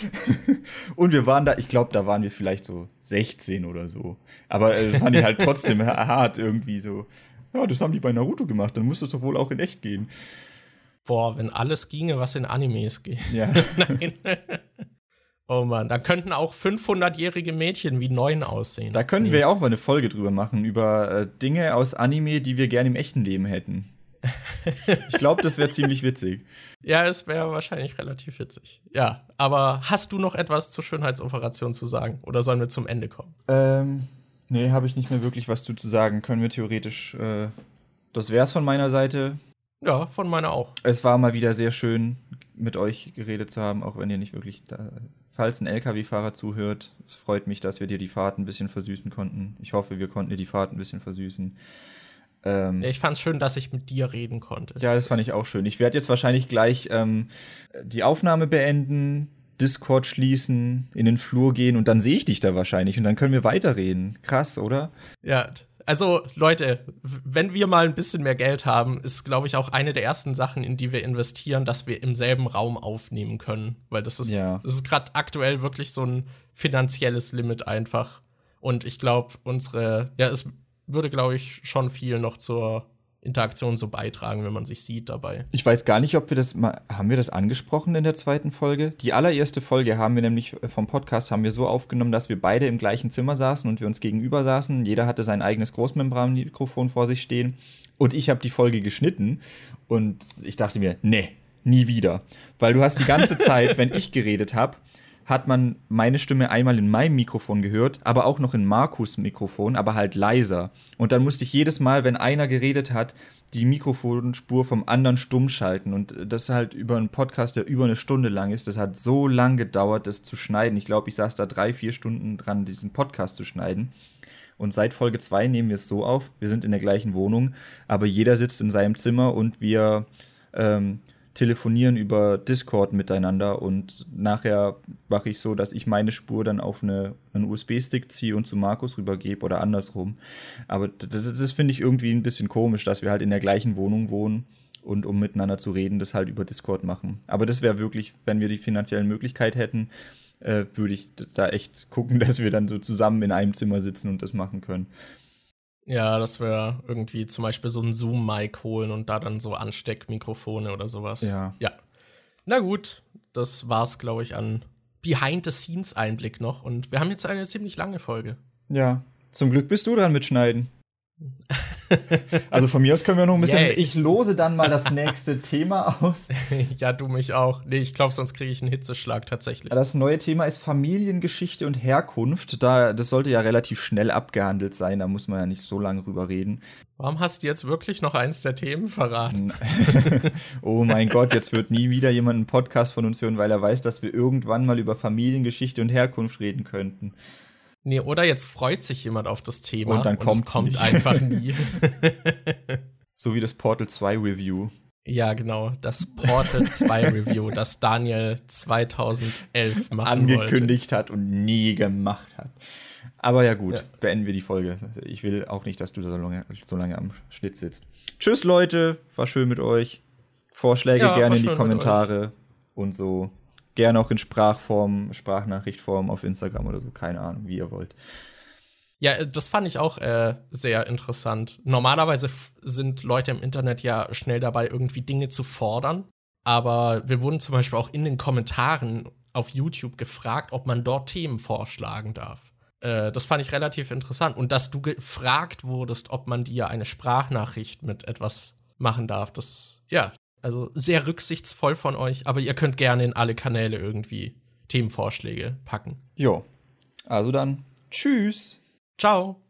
und wir waren da, ich glaube, da waren wir vielleicht so sechzehn oder so. Aber äh, das fand ich halt trotzdem hart irgendwie so. Ja, das haben die bei Naruto gemacht, dann muss das doch wohl auch in echt gehen. Boah, wenn alles ginge, was in Animes geht. Ja. Nein. Oh Mann, da könnten auch fünfhundertjährige Mädchen wie neun aussehen. Da können nee. wir ja auch mal eine Folge drüber machen, über äh, Dinge aus Anime, die wir gerne im echten Leben hätten. Ich glaube, das wäre ziemlich witzig. Ja, es wäre wahrscheinlich relativ witzig. Ja, aber hast du noch etwas zur Schönheitsoperation zu sagen? Oder sollen wir zum Ende kommen? Ähm, nee, habe ich nicht mehr wirklich was zu, zu sagen. Können wir theoretisch, äh, das wär's von meiner Seite. Ja, von meiner auch. Es war mal wieder sehr schön, mit euch geredet zu haben, auch wenn ihr nicht wirklich da, falls ein L K W-Fahrer zuhört, es freut mich, dass wir dir die Fahrt ein bisschen versüßen konnten. Ich hoffe, wir konnten dir die Fahrt ein bisschen versüßen. Ähm, ja, ich fand's schön, dass ich mit dir reden konnte. Ja, das fand ich auch schön. Ich werde jetzt wahrscheinlich gleich ähm, die Aufnahme beenden, Discord schließen, in den Flur gehen und dann sehe ich dich da wahrscheinlich und dann können wir weiterreden. Krass, oder? Ja, also Leute, wenn wir mal ein bisschen mehr Geld haben, ist, glaube ich, auch eine der ersten Sachen, in die wir investieren, dass wir im selben Raum aufnehmen können. Weil das ist, ja. das ist gerade aktuell wirklich so ein finanzielles Limit einfach. Und ich glaube, unsere, ja, es würde, glaube ich, schon viel noch zur Interaktion so beitragen, wenn man sich sieht dabei. Ich weiß gar nicht, ob wir das mal, haben wir das angesprochen in der zweiten Folge? Die allererste Folge haben wir nämlich vom Podcast haben wir so aufgenommen, dass wir beide im gleichen Zimmer saßen und wir uns gegenüber saßen. Jeder hatte sein eigenes Großmembranmikrofon vor sich stehen und ich habe die Folge geschnitten und ich dachte mir, nee, nie wieder. Weil du hast die ganze Zeit, wenn ich geredet habe, hat man meine Stimme einmal in meinem Mikrofon gehört, aber auch noch in Markus' Mikrofon, aber halt leiser. Und dann musste ich jedes Mal, wenn einer geredet hat, die Mikrofonspur vom anderen stumm schalten. Und das halt über einen Podcast, der über eine Stunde lang ist. Das hat so lang gedauert, das zu schneiden. Ich glaube, ich saß da drei, vier Stunden dran, diesen Podcast zu schneiden. Und seit Folge zwei nehmen wir es so auf. Wir sind in der gleichen Wohnung, aber jeder sitzt in seinem Zimmer und wir ähm, telefonieren über Discord miteinander und nachher mache ich so, dass ich meine Spur dann auf eine, einen U S B-Stick ziehe und zu Markus rübergebe oder andersrum. Aber das, das finde ich irgendwie ein bisschen komisch, dass wir halt in der gleichen Wohnung wohnen und um miteinander zu reden, das halt über Discord machen. Aber das wäre wirklich, wenn wir die finanziellen Möglichkeit hätten, äh, würde ich da echt gucken, dass wir dann so zusammen in einem Zimmer sitzen und das machen können. Ja, das wäre irgendwie zum Beispiel so ein Zoom-Mic holen und da dann so Ansteckmikrofone oder sowas. Ja. Ja. Na gut, das war's, glaube ich, an Behind-the-Scenes-Einblick noch. Und wir haben jetzt eine ziemlich lange Folge. Ja, zum Glück bist du dran mit Schneiden. Also von mir aus können wir noch ein bisschen, yeah. Ich lose dann mal das nächste Thema aus. Ja, du mich auch. Nee, ich glaube, sonst kriege ich einen Hitzeschlag tatsächlich. Das neue Thema ist Familiengeschichte und Herkunft. Da, das sollte ja relativ schnell abgehandelt sein, da muss man ja nicht so lange drüber reden. Warum hast du jetzt wirklich noch eins der Themen verraten? Oh mein Gott, jetzt wird nie wieder jemand einen Podcast von uns hören, weil er weiß, dass wir irgendwann mal über Familiengeschichte und Herkunft reden könnten. Nee, oder jetzt freut sich jemand auf das Thema und dann und kommt es kommt nicht. Einfach nie. So wie das Portal zwei Review. Ja, genau, das Portal zwei Review, das Daniel zweitausendelf machen angekündigt wollte. hat und nie gemacht hat. Aber ja gut, ja. Beenden wir die Folge. Ich will auch nicht, dass du so lange, so lange am Schnitt sitzt. Tschüss Leute, war schön mit euch. Vorschläge ja, gerne in die Kommentare und so. Gerne auch in Sprachform, Sprachnachrichtform auf Instagram oder so. Keine Ahnung, wie ihr wollt. Ja, das fand ich auch äh, sehr interessant. Normalerweise f- sind Leute im Internet ja schnell dabei, irgendwie Dinge zu fordern. Aber wir wurden zum Beispiel auch in den Kommentaren auf YouTube gefragt, ob man dort Themen vorschlagen darf. Äh, das fand ich relativ interessant. Und dass du gefragt wurdest, ob man dir eine Sprachnachricht mit etwas machen darf, das, ja, also sehr rücksichtsvoll von euch, aber ihr könnt gerne in alle Kanäle irgendwie Themenvorschläge packen. Jo, also dann tschüss. Ciao.